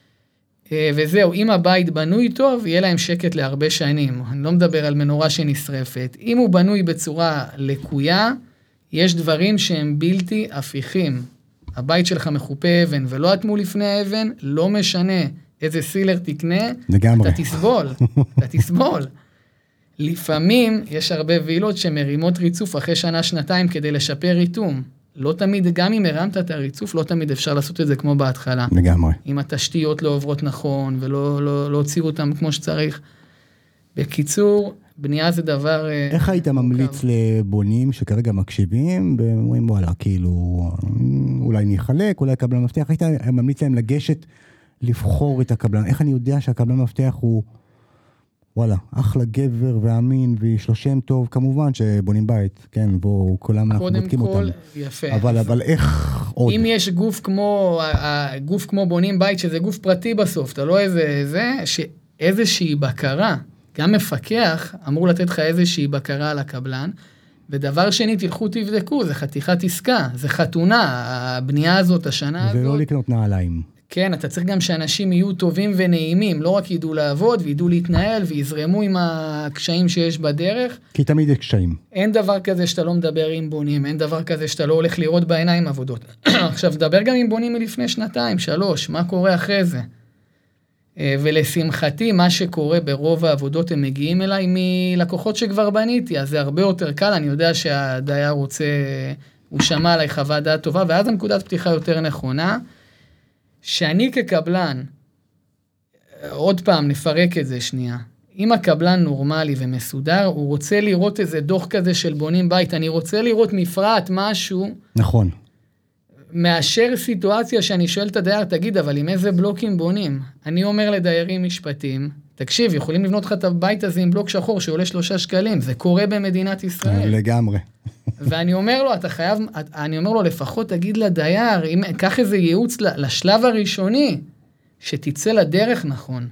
וזהו, אם הבית בנוי טוב, יהיה להם שקט להרבה שנים, אני לא מדבר על מנורה שנשרפת, אם הוא בנוי בצורה לקויה, יש דברים שהם בלתי הפיכים, הבית שלך מחופה אבן, ולא אטמו לפני האבן, לא משנה, איזה סילר תקנה, לגמרי. אתה תסבול, אתה תסבול. לפעמים יש הרבה וילות שמרימות ריצוף אחרי שנה, שנתיים כדי לשפר איתום. לא תמיד, גם אם הרמת את הריצוף, לא תמיד אפשר לעשות את זה כמו בהתחלה. לגמרי. אם התשתיות לא עוברות נכון, ולא לא, לא הוציאו אותם כמו שצריך. בקיצור, בנייה זה דבר... איך היית ממליץ לבונים שכרגע מקשיבים, ואומרים, וואלה, כאילו, אולי נחלק, אולי קבלן מבטיח, היית ממליץ להם לגשת לבחור את הקבלן. איך אני יודע שהקבלן מבטיח הוא, וואלה, אחלה גבר ואמין, ויש לו שם טוב, כמובן שבונים בית, כן, בו כולם אנחנו בודקים אותם. קודם כל, יפה. אבל, אבל איך עוד? אם יש גוף כמו, גוף כמו בונים בית, שזה גוף פרטי בסוף, אתה לא איזה, זה, שאיזושהי בקרה, גם מפקח אמור לתת לך איזושהי בקרה על הקבלן, ודבר שני, תלכו תבדקו, זה חתיכת עסקה, זה חתונה, הבנייה הזאת, השנה הזאת. זה לא לקנות נעליים. כן, אתה צריך גם שאנשים יהיו טובים ונעימים, לא רק ידעו לעבוד וידעו להתנהל ויזרמו עם הקשיים שיש בדרך. כי תמיד יש קשיים. אין דבר כזה שאתה לא מדבר עם בונים, אין דבר כזה שאתה לא הולך לראות בעיניים עבודות. עכשיו, דבר גם עם בונים מלפני שנתיים, שלוש, מה קורה אחרי זה? ולשמחתי, מה שקורה ברוב העבודות, הם מגיעים אליי מלקוחות שכבר בניתי, אז זה הרבה יותר קל, אני יודע שהדייר רוצה, הוא שמע עליי חוות דעת טובה, ואז הנקודת פתיחה יותר נכונה, שאני כקבלן, עוד פעם נפרק את זה שנייה, אם הקבלן נורמלי ומסודר, הוא רוצה לראות איזה דוח כזה של בונים בית, אני רוצה לראות מפרט, משהו, נכון. מאשר סיטואציה שאני שואל את הדייר, תגיד, אבל עם איזה בלוקים בונים? אני אומר לדיירים משפטים, תקשיב, יכולים לבנות לך את הבית הזה עם בלוק שחור שעולה שלושה שקלים, זה קורה במדינת ישראל. לגמרי. ואני אומר לו, אתה חייב, אני אומר לו, לפחות תגיד לדייר, אם, קח איזה ייעוץ לשלב הראשוני, שתצא לדרך נכון.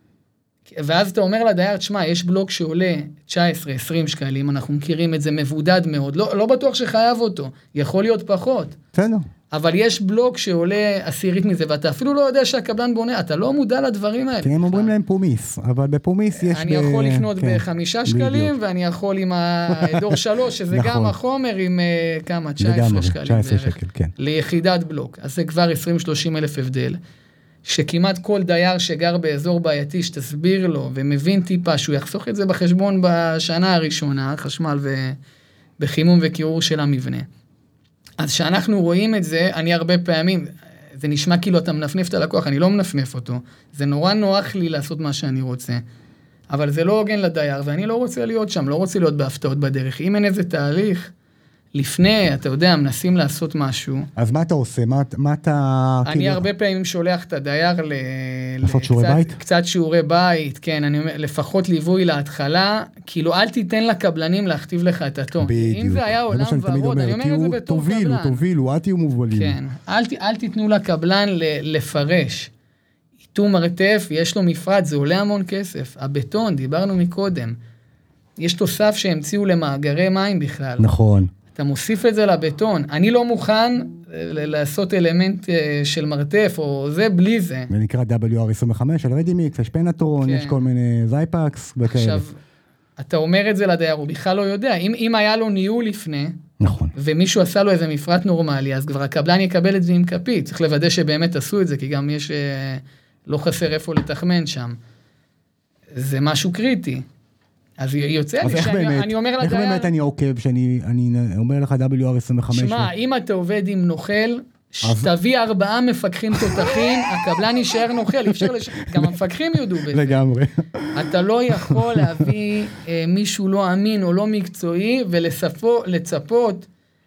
ואז אתה אומר לדייר, תשמע, יש בלוק שעולה תשע עשרה עשרים שקלים, אנחנו מכירים את זה מבודד מאוד, לא, לא בטוח שחייב אותו, יכול להיות פחות. בסדר. אבל יש בלוק שעולה עשירית מזה, ואתה אפילו לא יודע שהקבלן בונה, אתה לא מודע לדברים האלה. כי הם אומרים להם פומיס, אבל בפומיס יש... אני יכול לקנות בחמישה שקלים, ואני יכול עם הדור שלוש, שזה גם החומר עם כמה, תשע עשרה שקלים. תשע עשרה שקל, כן. ליחידת בלוק. אז זה כבר עשרים שלושים אלף הבדל. שכמעט כל דייר שגר באזור בעייתי, שתסביר לו, ומבין טיפה, שהוא יחסוך את זה בחשבון בשנה הראשונה, חשמל ובחימום וקירור של המבנה. אז שאנחנו רואים את זה, אני הרבה פעמים, זה נשמע כאילו אתה מנפנף את הלקוח, אני לא מנפנף אותו. זה נורא נוח לי לעשות מה שאני רוצה. אבל זה לא הוגן לדייר, ואני לא רוצה להיות שם, לא רוצה להיות בהפתעות בדרך. אם אין איזה תהליך, לפני, אתה יודע, מנסים לעשות משהו. אז מה אתה עושה? מה, מה אתה... אני כאילו... הרבה פעמים שולח את הדייר ל... לעשות שיעורי קצת, בית? קצת שיעורי בית, כן, אני אומר, לפחות ליווי להתחלה, כאילו אל תיתן לקבלנים להכתיב לך את הטון. בדיוק. אם זה היה עולם ורוד, אני אומר את זה בתור תובילו, קבלן. תובילו, תובילו, אל תהיו מובלים. כן, אל, אל תיתנו לקבלן לפרש. איתו מרתף, יש לו מפרט, זה עולה המון כסף. הבטון, דיברנו מקודם. יש תוסף שהמציאו למאגרי מים בכלל. נכון. אתה מוסיף את זה לבטון. אני לא מוכן לעשות אלמנט של מרתף, או זה בלי זה. זה נקרא דאבליו אר עשרים וחמש, על רדימיקס, יש פנטרון, יש כל מיני זייפקס וכאלה. עכשיו, אתה אומר את זה לדייר, הוא בכלל לא יודע. אם, אם היה לו ניהול לפני, נכון. ומישהו עשה לו איזה מפרט נורמלי, אז כבר הקבלן יקבל את זה עם כפית. צריך לוודא שבאמת עשו את זה, כי גם יש, לא חסר איפה לתחמן שם. זה משהו קריטי. אז יוצא לי שאני אומר לדייר... איך באמת אני עוקב, שאני אומר לך דאבליו אר עשרים וחמש? שמע, אם אתה עובד עם נוכל, תביא ארבעה מפקחים תותחים, הקבלן יישאר נוכל, גם המפקחים יודו בזה. לגמרי. אתה לא יכול להביא מישהו לא אמין או לא מקצועי, ולצפות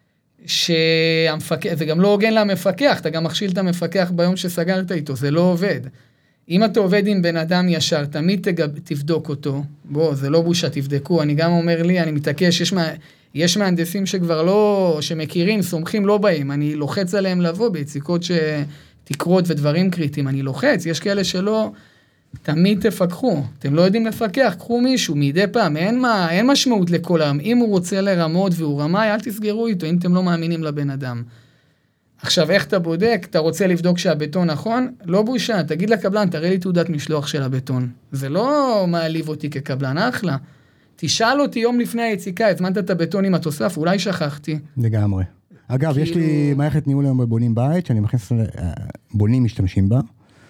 שהמפקח, זה גם לא הוגן למפקח, אתה גם מכשיל את המפקח ביום שסגרת איתו, זה לא עובד. אם אתה עובד עם בן אדם ישר, תמיד תגב, תבדוק אותו. בוא, זה לא בושה, תבדקו. אני גם אומר לי, אני מתעקש, יש, מה, יש מהנדסים שכבר לא, שמכירים, סומכים, לא באים. אני לוחץ עליהם לבוא ביציקות שתקרות ודברים קריטיים. אני לוחץ, יש כאלה שלא, תמיד תפקחו. אתם לא יודעים לפקח, קחו מישהו, מדי פעם. אין, מה, אין משמעות לכל העם. אם הוא רוצה לרמות והוא רמאי, אל תסגרו איתו, אם אתם לא מאמינים לבן אדם. עכשיו, איך אתה בודק? אתה רוצה לבדוק שהבטון נכון? לא בושה, תגיד לקבלן, תראה לי תעודת משלוח של הבטון. זה לא מעליב אותי כקבלן, אחלה. תשאל אותי יום לפני היציקה, הזמנת את הבטון עם התוסף, אולי שכחתי. לגמרי. אגב, כאילו... יש לי מערכת ניהול היום בבונים בית, שאני מכניס, בונים משתמשים בה,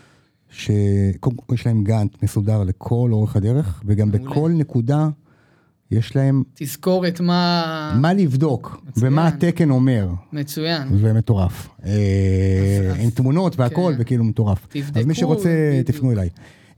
שיש להם גאנט מסודר לכל אורך הדרך, וגם מעולה. בכל נקודה, יש להם... תזכורת מה... מה לבדוק, מצוין. ומה התקן אומר. מצוין. זה מטורף. אז, עם תמונות והכל, כן. וכאילו מטורף. תבדקו. אז מי שרוצה, בדיוק. תפנו אליי.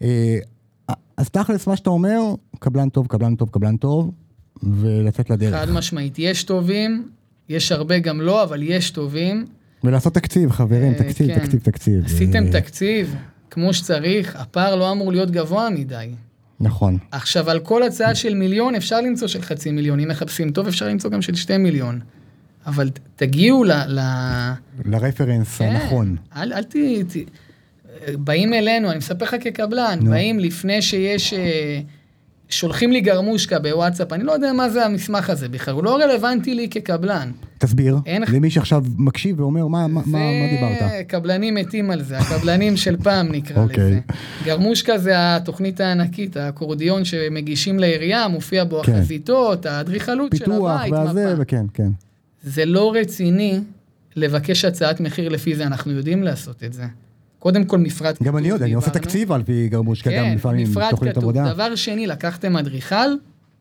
אז תכלס מה שאתה אומר, קבלן טוב, קבלן טוב, קבלן טוב, ולצאת לדרך. חד משמעית, יש טובים, יש הרבה גם לא, אבל יש טובים. ולעשות תקציב, חברים, תקציב, כן. תקציב, תקציב. עשיתם תקציב, כמו שצריך, הפער לא אמור להיות גבוה מדי. נכון. עכשיו, על כל הצעה של מיליון, אפשר למצוא של חצי מיליון. אם מחפשים טוב, אפשר למצוא גם של שתי מיליון. אבל תגיעו ל... ל... לרפרנס כן. הנכון. אל, אל ת... ת... באים אלינו, אני מספר לך כקבלן, no. באים לפני שיש... שולחים לי גרמושקה בוואטסאפ, אני לא יודע מה זה המסמך הזה בכלל, הוא לא רלוונטי לי כקבלן. תסביר, למי שעכשיו מקשיב ואומר, מה דיברת? זה קבלנים מתים על זה, הקבלנים של פעם נקרא לזה. גרמושקה זה התוכנית הענקית, האקורדיון שמגישים לעירייה, מופיע בו החזיתות, האדריכלות של הבית, פיתוח והזה, וכן, כן. זה לא רציני לבקש הצעת מחיר לפי זה, אנחנו יודעים לעשות את זה. קודם כל מפרט כתוב. גם אני יודע, אני עושה תקציב על פי גרמושקה, גם לפעמים תוכנית עבודה. דבר שני, לקחתם אדריכל,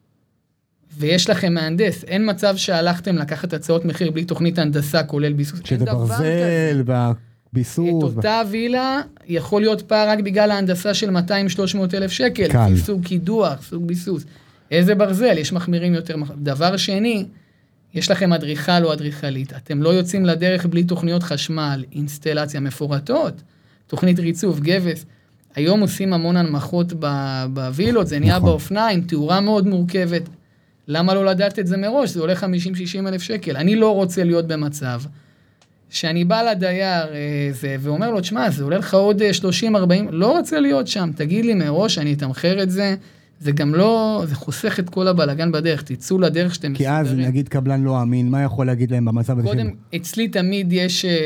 ויש לכם מהנדס. אין מצב שהלכתם לקחת הצעות מחיר בלי תוכנית הנדסה, כולל ביסוס. שזה ברזל והביסוס. את אותה וילה יכול להיות פער רק בגלל ההנדסה של מאתיים שלוש מאות אלף שקל. קל. סוג קידוח, סוג ביסוס. איזה ברזל? יש מחמירים יותר. דבר שני, יש לכם אדריכל או אדריכלית. אתם לא יוצאים לדרך בלי תוכניות חשמל, אינסטלציה מפורטות. תוכנית ריצוף, גבס, היום עושים המון הנמכות בווילות, זה נהיה באופניים, תאורה מאוד מורכבת, למה לא לדעת את זה מראש? זה עולה חמישים שישים אלף שקל, אני לא רוצה להיות במצב, שאני בא לדייר זה, ואומר לו, תשמע, זה עולה לך עוד שלושים ארבעים, לא רוצה להיות שם, תגיד לי מראש, אני אתמחר את זה, זה גם לא, זה חוסך את כל הבלגן בדרך, תצאו לדרך שאתם מסודרים. כי אז נגיד קבלן לא אמין, מה יכול להגיד להם במצב הזה? קודם, אצלי תמיד יש אה,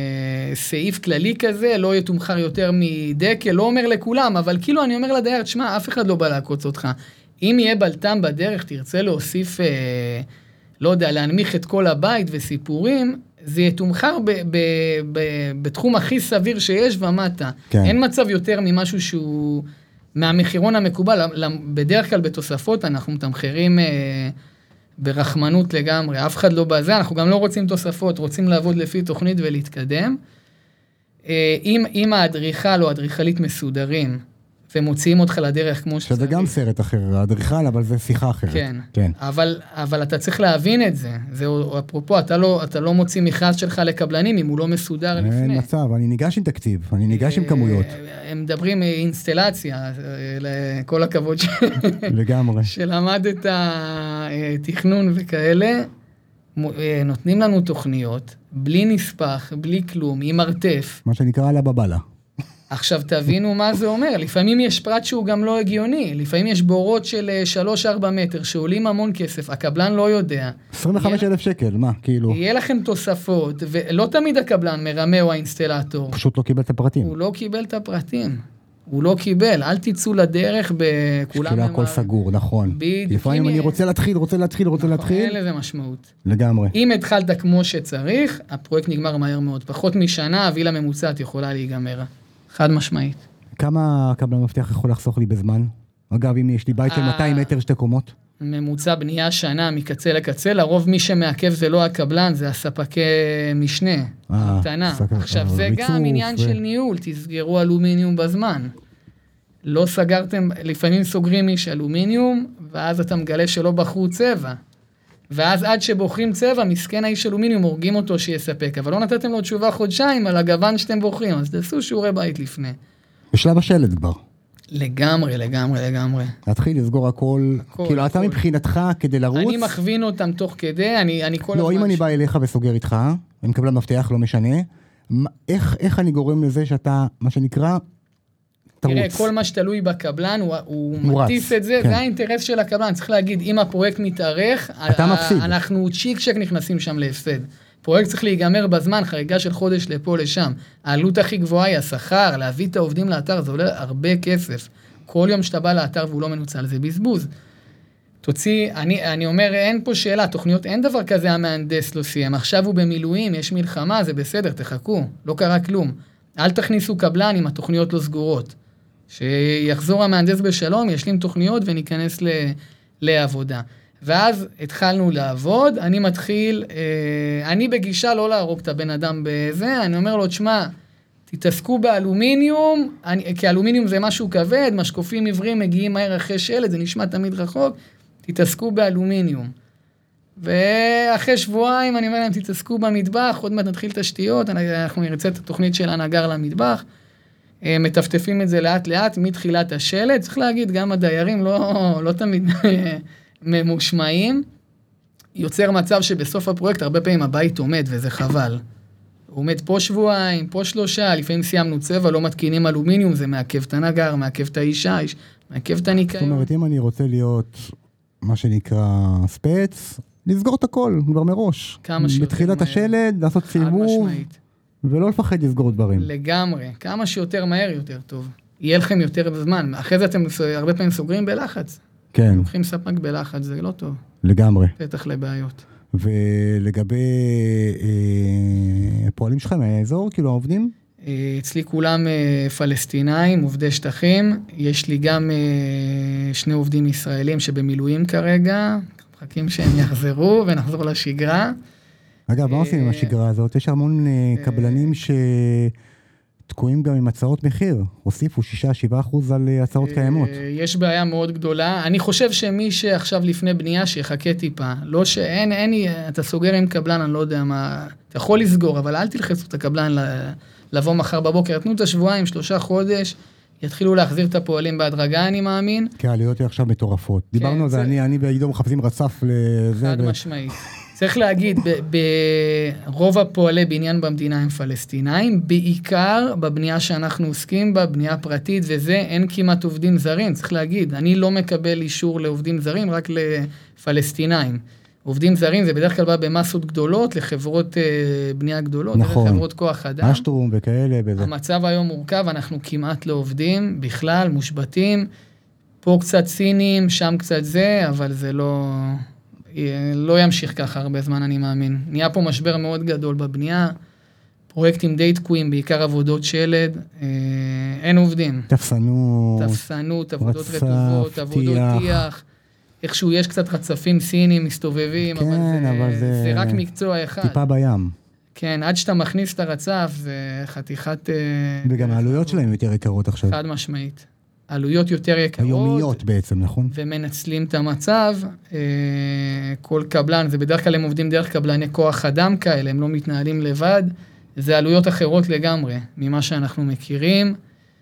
סעיף כללי כזה, לא יתומחר יותר מדקל, לא אומר לכולם, אבל כאילו אני אומר לדייר, תשמע, אף אחד לא בא לעקוץ אותך. אם יהיה בלטם בדרך, תרצה להוסיף, אה, לא יודע, להנמיך את כל הבית וסיפורים, זה יתומחר ב, ב, ב, בתחום הכי סביר שיש ומטה. כן. אין מצב יותר ממשהו שהוא... מהמחירון המקובל, בדרך כלל בתוספות אנחנו מתמחרים אה, ברחמנות לגמרי, אף אחד לא בזה, אנחנו גם לא רוצים תוספות, רוצים לעבוד לפי תוכנית ולהתקדם. אה, אם, אם האדריכל או האדריכלית מסודרים, ומוציאים אותך לדרך כמו שצריך. שזה גם סרט אחר, האדריכל, אבל זה שיחה אחרת. כן, כן. אבל, אבל אתה צריך להבין את זה. זה אפרופו, אתה לא, אתה לא מוציא מכרז שלך לקבלנים, אם הוא לא מסודר לפני. אין מצב, אני ניגש עם תקציב, אני ניגש עם כמויות. הם מדברים אינסטלציה, לכל הכבוד ש... לגמרי. שלמד את התכנון וכאלה, נותנים לנו תוכניות, בלי נספח, בלי כלום, עם מרתף. מה שנקרא על הבבלה. עכשיו תבינו מה זה אומר, לפעמים יש פרט שהוא גם לא הגיוני, לפעמים יש בורות של שלוש ארבע מטר שעולים המון כסף, הקבלן לא יודע. עשרים וחמישה אלף שקל, מה, כאילו? יהיה לכם תוספות, ולא תמיד הקבלן מרמה או האינסטלטור. פשוט לא קיבל את הפרטים. הוא לא קיבל את הפרטים, הוא לא קיבל, אל תיצאו לדרך בכולם. שכאילו הכל סגור, נכון. בדיוק. לפעמים אני רוצה להתחיל, רוצה להתחיל, רוצה להתחיל. אין לזה משמעות. לגמרי. אם התחלת כמו שצריך, הפרויקט נגמר מהר מאוד, פחות משנה, הווילה ממוצעת יכולה להיגמר. חד משמעית. כמה קבלן מבטיח יכול לחסוך לי בזמן? אגב, אם יש לי בית של מאתיים מטר שתי קומות? ממוצע בנייה שנה מקצה לקצה, לרוב מי שמעכב זה לא הקבלן, זה הספקי משנה, המתנה. עכשיו זה גם עניין של ניהול, תסגרו אלומיניום בזמן. לא סגרתם, לפעמים סוגרים איש אלומיניום, ואז אתה מגלה שלא בחרו צבע. ואז עד שבוחרים צבע, מסכן האיש אלומיניום, הורגים אותו שיספק, אבל לא נתתם לו תשובה חודשיים על הגוון שאתם בוחרים, אז תעשו שיעורי בית לפני. בשלב השלד כבר. לגמרי, לגמרי, לגמרי. להתחיל לסגור הכל, הכל כאילו הכל. אתה מבחינתך כדי לרוץ. אני מכווין אותם תוך כדי, אני, אני כל לא, הזמן... אם אני בא אליך וסוגר איתך, אני מקבל מפתח, לא משנה, איך, איך אני גורם לזה שאתה, מה שנקרא, תרוץ. תראה, כל מה שתלוי בקבלן, הוא, הוא מטיס את זה, כן. זה האינטרס של הקבלן. צריך להגיד, אם הפרויקט מתארך, אתה מפסיד. אנחנו צ'יק צ'ק נכנסים שם להפסד. פרויקט צריך להיגמר בזמן, חריגה של חודש לפה לשם. העלות הכי גבוהה היא השכר, להביא את העובדים לאתר, זה עולה הרבה כסף. כל יום שאתה בא לאתר והוא לא מנוצל, זה בזבוז. תוציא, אני, אני אומר, אין פה שאלה, תוכניות, אין דבר כזה המהנדס לא סיים. עכשיו הוא במילואים, יש מלחמה, זה בסדר, תחכו, לא קרה כלום. אל תכניסו קבלן אם התוכניות לא סגורות. שיחזור המהנדס בשלום, ישלים תוכניות וניכנס ל, לעבודה. ואז התחלנו לעבוד, אני מתחיל, אה, אני בגישה לא להרוג את הבן אדם בזה, אני אומר לו, תשמע, תתעסקו באלומיניום, אני, כי אלומיניום זה משהו כבד, משקופים עיוורים מגיעים מהר אחרי שלד, זה נשמע תמיד רחוק, תתעסקו באלומיניום. ואחרי שבועיים אני אומר להם, תתעסקו במטבח, עוד מעט נתחיל תשתיות, אנחנו נרצה את התוכנית של הנגר למטבח, מטפטפים את זה לאט לאט, מתחילת השלד, צריך להגיד, גם הדיירים לא, לא תמיד ממושמעים, יוצר מצב שבסוף הפרויקט הרבה פעמים הבית עומד, וזה חבל. הוא עומד פה שבועיים, פה שלושה, לפעמים סיימנו צבע, לא מתקינים אלומיניום, זה מעכב את הנגר, מעכב את האישה, מעכב את הניקיון. זאת אומרת, אם אני רוצה להיות, מה שנקרא ספץ, לסגור את הכל, כבר מראש. כמה שיותר בתחילת השלד, לעשות סיבוב, ולא לפחד לסגור דברים. לגמרי, כמה שיותר מהר יותר טוב. יהיה לכם יותר זמן. אחרי זה אתם הרבה פעמים סוגרים בלחץ. כן. לוקחים ספק בלחץ, זה לא טוב. לגמרי. פתח לבעיות. ולגבי אה, הפועלים שלכם מהאזור, כאילו העובדים? אה, אצלי כולם אה, פלסטינאים, עובדי שטחים. יש לי גם אה, שני עובדים ישראלים שבמילואים כרגע. מחכים שהם יחזרו ונחזור לשגרה. אגב, מה עושים עם השגרה הזאת? יש המון קבלנים שתקועים גם עם הצעות מחיר. הוסיפו שישה שבעה אחוז על הצעות קיימות. יש בעיה מאוד גדולה. אני חושב שמי שעכשיו לפני בנייה שיחכה טיפה. לא שאין, אין, אתה סוגר עם קבלן, אני לא יודע מה, אתה יכול לסגור, אבל אל תלחצו את הקבלן לבוא מחר בבוקר. תנו את השבועיים, שלושה חודש, יתחילו להחזיר את הפועלים בהדרגה, אני מאמין. כי העלויות עכשיו מטורפות. דיברנו על זה, אני ועידו מחפשים רצף לזה. חד משמעית. צריך להגיד, ברוב הפועלי בניין במדינה הם פלסטינאים, בעיקר בבנייה שאנחנו עוסקים בה, בנייה פרטית וזה, אין כמעט עובדים זרים, צריך להגיד, אני לא מקבל אישור לעובדים זרים, רק לפלסטינאים. עובדים זרים זה בדרך כלל בא במסות גדולות, לחברות בנייה גדולות, נכון. לחברות כוח אדם. אשטרום וכאלה. בזה. המצב היום מורכב, אנחנו כמעט לא עובדים, בכלל, מושבתים, פה קצת סינים, שם קצת זה, אבל זה לא... לא ימשיך ככה הרבה זמן, אני מאמין. נהיה פה משבר מאוד גדול בבנייה, פרויקטים די תקועים, בעיקר עבודות שלד, אין עובדים. תפסנות. תפסנות, עבודות רטובות, עבודות טיח. איכשהו יש קצת רצפים סינים מסתובבים, כן, אבל, זה, אבל זה, זה רק מקצוע אחד. טיפה בים. כן, עד שאתה מכניס את הרצף, זה חתיכת... וגם העלויות שלהם יותר יקרות עכשיו. חד משמעית. עלויות יותר יקרות. היומיות בעצם, נכון? ומנצלים את המצב. כל קבלן, זה בדרך כלל הם עובדים דרך קבלני כוח אדם כאלה, הם לא מתנהלים לבד. זה עלויות אחרות לגמרי, ממה שאנחנו מכירים.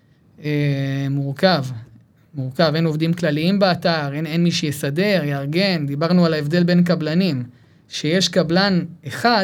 מורכב. מורכב, אין עובדים כלליים באתר, אין, אין מי שיסדר, יארגן. דיברנו על ההבדל בין קבלנים. שיש קבלן אחד,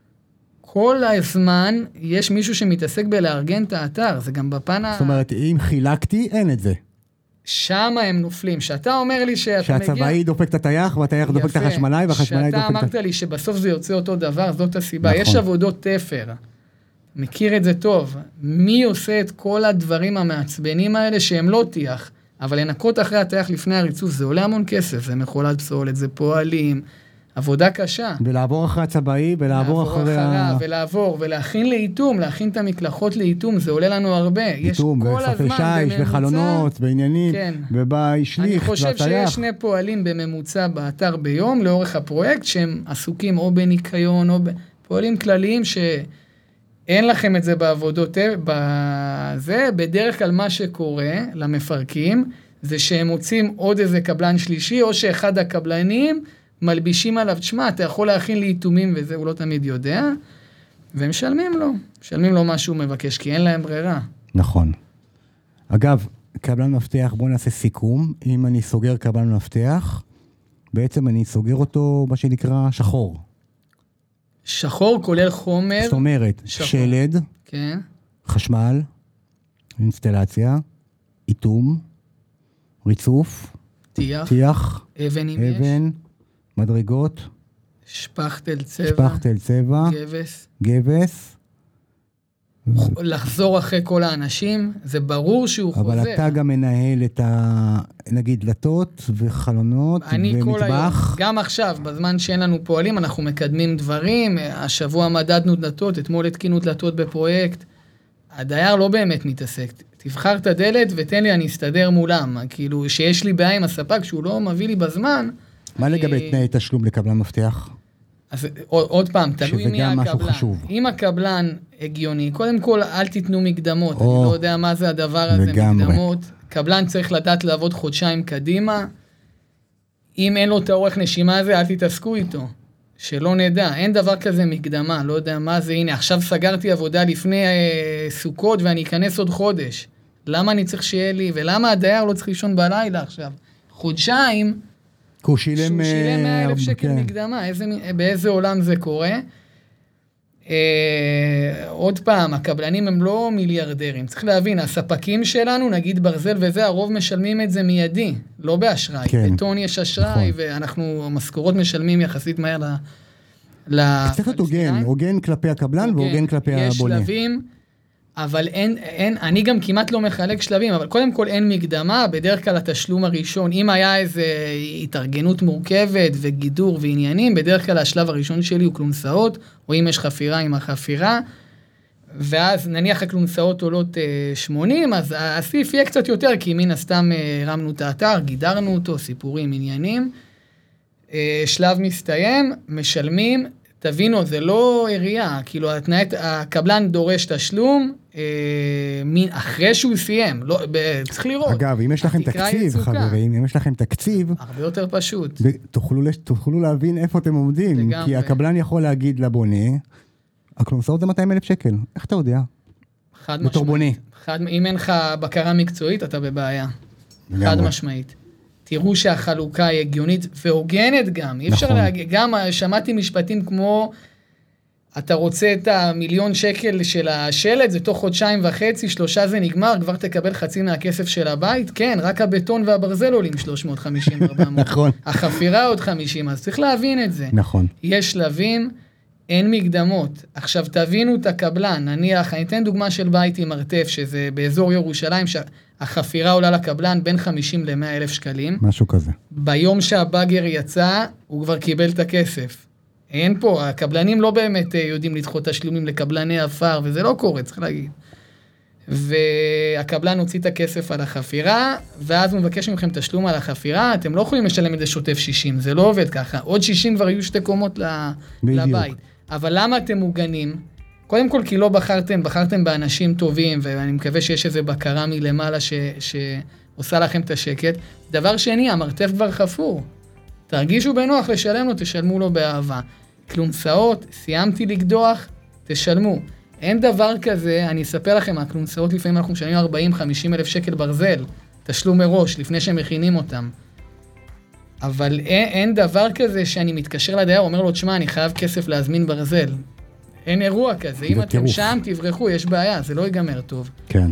כל הזמן יש מישהו שמתעסק בלארגן את האתר, זה גם בפן ה... זאת אומרת, אם חילקתי, אין את זה. שם הם נופלים. שאתה אומר לי שאתה מגיע... שהצבאי דופק את הטייח, והטייח דופק את החשמלאי, והחשמלאי דופק את... שאתה אמרת לי שבסוף זה יוצא אותו דבר, זאת הסיבה. נכון. יש עבודות תפר. מכיר את זה טוב. מי עושה את כל הדברים המעצבנים האלה שהם לא תיח, אבל לנקות אחרי הטייח לפני הריצוף, זה עולה המון כסף, זה מכולת פסולת, זה פועלים... עבודה קשה. ולעבור אחרי הצבאי, ולעבור אחרי... ה... ולעבור, ולהכין לאיתום, להכין את המקלחות לאיתום, זה עולה לנו הרבה. איתום, וסופי שיש, וחלונות, בעניינים, כן. ובא השליך, אני חושב שיש שני פועלים בממוצע באתר ביום, לאורך הפרויקט, שהם עסוקים או בניקיון, או בפועלים כלליים, שאין לכם את זה בעבודות, בזה, בדרך כלל מה שקורה למפרקים, זה שהם מוצאים עוד איזה קבלן שלישי, או שאחד הקבלנים, מלבישים עליו, תשמע, אתה יכול להכין לי איתומים וזה, הוא לא תמיד יודע, והם משלמים לו, משלמים לו מה שהוא מבקש, כי אין להם ברירה. נכון. אגב, קבלן מפתח, בוא נעשה סיכום, אם אני סוגר קבלן מפתח, בעצם אני סוגר אותו, מה שנקרא, שחור. שחור כולל חומר. זאת אומרת, שחור. שלד, כן. חשמל, אינסטלציה, איתום, ריצוף, טיח, טיח אבן אם אבן, יש. מדרגות, שפכתל צבע, שפכתל צבע, גבס, גבס, לחזור אחרי כל האנשים, זה ברור שהוא אבל חוזר. אבל אתה גם מנהל את ה... נגיד דלתות וחלונות ומטבח. גם עכשיו, בזמן שאין לנו פועלים, אנחנו מקדמים דברים, השבוע מדדנו דלתות, אתמול התקינו דלתות בפרויקט, הדייר לא באמת מתעסק. תבחר את הדלת ותן לי, אני אסתדר מולם. כאילו, שיש לי בעיה עם הספק, שהוא לא מביא לי בזמן. מה לגבי תנאי תשלום לקבלן מפתח? אז עוד פעם, תלוי מי הקבלן. חשוב. אם הקבלן הגיוני, קודם כל אל תיתנו מקדמות. אני לא יודע מה זה הדבר הזה, מקדמות. קבלן צריך לדעת לעבוד חודשיים קדימה. אם אין לו את האורך נשימה הזה, אל תתעסקו איתו. שלא נדע, אין דבר כזה מקדמה, לא יודע מה זה, הנה, עכשיו סגרתי עבודה לפני אה, סוכות ואני אכנס עוד חודש. למה אני צריך שיהיה לי, ולמה הדייר לא צריך לישון בלילה עכשיו? חודשיים, הוא שילם מאה אלף שקל כן. מקדמה, איזה, באיזה עולם זה קורה? עוד פעם, הקבלנים הם לא מיליארדרים, צריך להבין, הספקים שלנו, נגיד ברזל וזה, הרוב משלמים את זה מיידי, לא באשראי, כן. בטון יש אשראי, נכון. ואנחנו, המשכורות משלמים יחסית מהר ל... צריך להיות הוגן, הוגן כלפי הקבלן הוגן. והוגן כלפי יש הבונה. יש שלבים, אבל אין, אין, אני גם כמעט לא מחלק שלבים, אבל קודם כל אין מקדמה, בדרך כלל התשלום הראשון, אם היה איזו התארגנות מורכבת וגידור ועניינים, בדרך כלל השלב הראשון שלי הוא קלונסאות, או אם יש חפירה עם החפירה, ואז נניח הקלונסאות עולות שמונים, אז הסעיף יהיה קצת יותר, כי מן הסתם הרמנו את האתר, גידרנו אותו, סיפורים, עניינים, שלב מסתיים, משלמים, תבינו, זה לא עירייה, כאילו התנאית, הקבלן דורש תשלום, אה, מין, אחרי שהוא סיים, לא, ב, צריך לראות. אגב, אם יש לכם תקציב, יצוקה. חברים, אם יש לכם תקציב, הרבה יותר פשוט. תוכלו, תוכלו להבין איפה אתם עומדים, לגמרי. כי הקבלן יכול להגיד לבונה, הקלונסאות זה מאתיים אלף שקל, איך אתה יודע? חד משמעית. חד, אם אין לך בקרה מקצועית, אתה בבעיה. לגמרי. חד משמעית. תראו שהחלוקה היא הגיונית והוגנת גם. אי אפשר נכון. להגיד, גם שמעתי משפטים כמו, אתה רוצה את המיליון שקל של השלט, זה תוך חודשיים וחצי, שלושה זה נגמר, כבר תקבל חצי מהכסף של הבית. כן, רק הבטון והברזל עולים שלוש מאות חמישים ארבע מאות. נכון. החפירה עוד חמישים, אז צריך להבין את זה. נכון. יש שלבים, אין מקדמות. עכשיו תבינו את הקבלן, נניח, אני אתן דוגמה של בית עם מרתף, שזה באזור ירושלים, שהחפירה עולה לקבלן בין חמישים למאה אלף שקלים. משהו כזה. ביום שהבאגר יצא, הוא כבר קיבל את הכסף. אין פה, הקבלנים לא באמת יודעים לדחות תשלומים לקבלני עפר, וזה לא קורה, צריך להגיד. והקבלן הוציא את הכסף על החפירה, ואז הוא מבקש מכם תשלום על החפירה, אתם לא יכולים לשלם את זה שוטף שישים, זה לא עובד ככה. עוד שישים כבר יהיו שתי קומות לבית. אבל למה אתם מוגנים? קודם כל, כי לא בחרתם, בחרתם באנשים טובים, ואני מקווה שיש איזו בקרה מלמעלה ש, שעושה לכם את השקט. דבר שני, המרתף כבר חפור. תרגישו בנוח לשלם לו, תשלמו לו באהבה. קלונסאות, סיימתי לקדוח, תשלמו. אין דבר כזה, אני אספר לכם, הקלונסאות לפעמים אנחנו משלמים ארבעים חמישים אלף שקל ברזל, תשלום מראש, לפני שהם מכינים אותם. אבל אין, אין דבר כזה שאני מתקשר לדייר, אומר לו, תשמע, אני חייב כסף להזמין ברזל. אין אירוע כזה. אם אתם שם, תברחו, יש בעיה, זה לא ייגמר טוב. כן.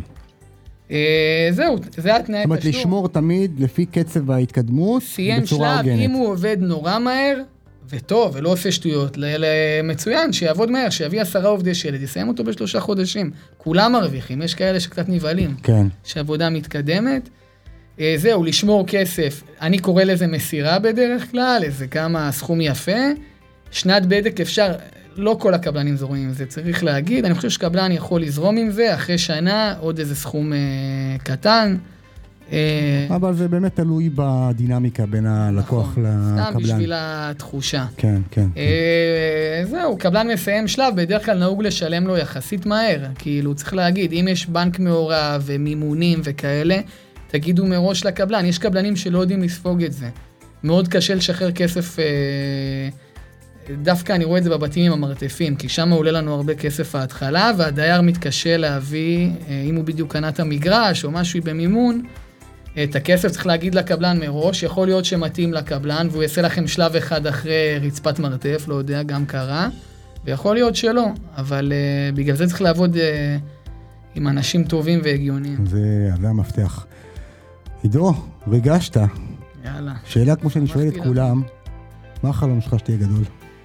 אה, זהו, זה התנאי תשלום. זאת אומרת, לשמור תמיד לפי קצב ההתקדמות, סיים שלב, אם הוא עובד נורא מהר, וטוב, ולא עושה שטויות, מצוין, שיעבוד מהר, שיביא עשרה עובדי שלד, יסיים אותו בשלושה חודשים. כולם מרוויחים, יש כאלה שקצת נבהלים. כן. שעבודה מתקדמת. זהו, לשמור כסף, אני קורא לזה מסירה בדרך כלל, איזה כמה סכום יפה, שנת בדק אפשר, לא כל הקבלנים זורמים עם זה, צריך להגיד, אני חושב שקבלן יכול לזרום עם זה, אחרי שנה עוד איזה סכום אה, קטן. אה, אבל זה באמת תלוי בדינמיקה בין הלקוח נכון, לקבלן. סתם בשביל התחושה. כן, כן. אה, כן. זהו, קבלן מסיים שלב, בדרך כלל נהוג לשלם לו יחסית מהר, כאילו צריך להגיד, אם יש בנק מעורב ומימונים וכאלה, תגידו מראש לקבלן, יש קבלנים שלא יודעים לספוג את זה. מאוד קשה לשחרר כסף, דווקא אני רואה את זה בבתים עם המרתפים, כי שם עולה לנו הרבה כסף ההתחלה, והדייר מתקשה להביא, אם הוא בדיוק קנה את המגרש או משהו במימון, את הכסף צריך להגיד לקבלן מראש, יכול להיות שמתאים לקבלן, והוא יעשה לכם שלב אחד אחרי רצפת מרתף, לא יודע, גם קרה, ויכול להיות שלא, אבל בגלל זה צריך לעבוד עם אנשים טובים והגיוניים. זה, זה המפתח. עידו, ריגשת. יאללה. שאלה כמו שאני שואל את כולם, מה החלום שלך שתהיה גדול?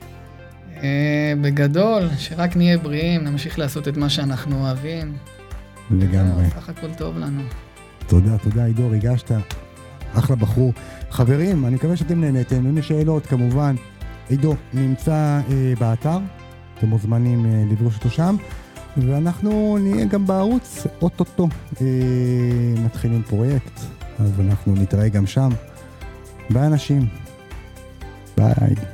בגדול, שרק נהיה בריאים, נמשיך לעשות את מה שאנחנו אוהבים. לגמרי. סך הכל טוב לנו. תודה, תודה עידו, ריגשת. אחלה בחור. חברים, אני מקווה שאתם נהנתם. אם יש שאלות, כמובן, עידו נמצא באתר, אתם מוזמנים לפגוש אותו שם. ואנחנו נהיה גם בערוץ, אוטוטו, אה, מתחילים פרויקט, אז אנחנו נתראה גם שם. ביי אנשים, ביי.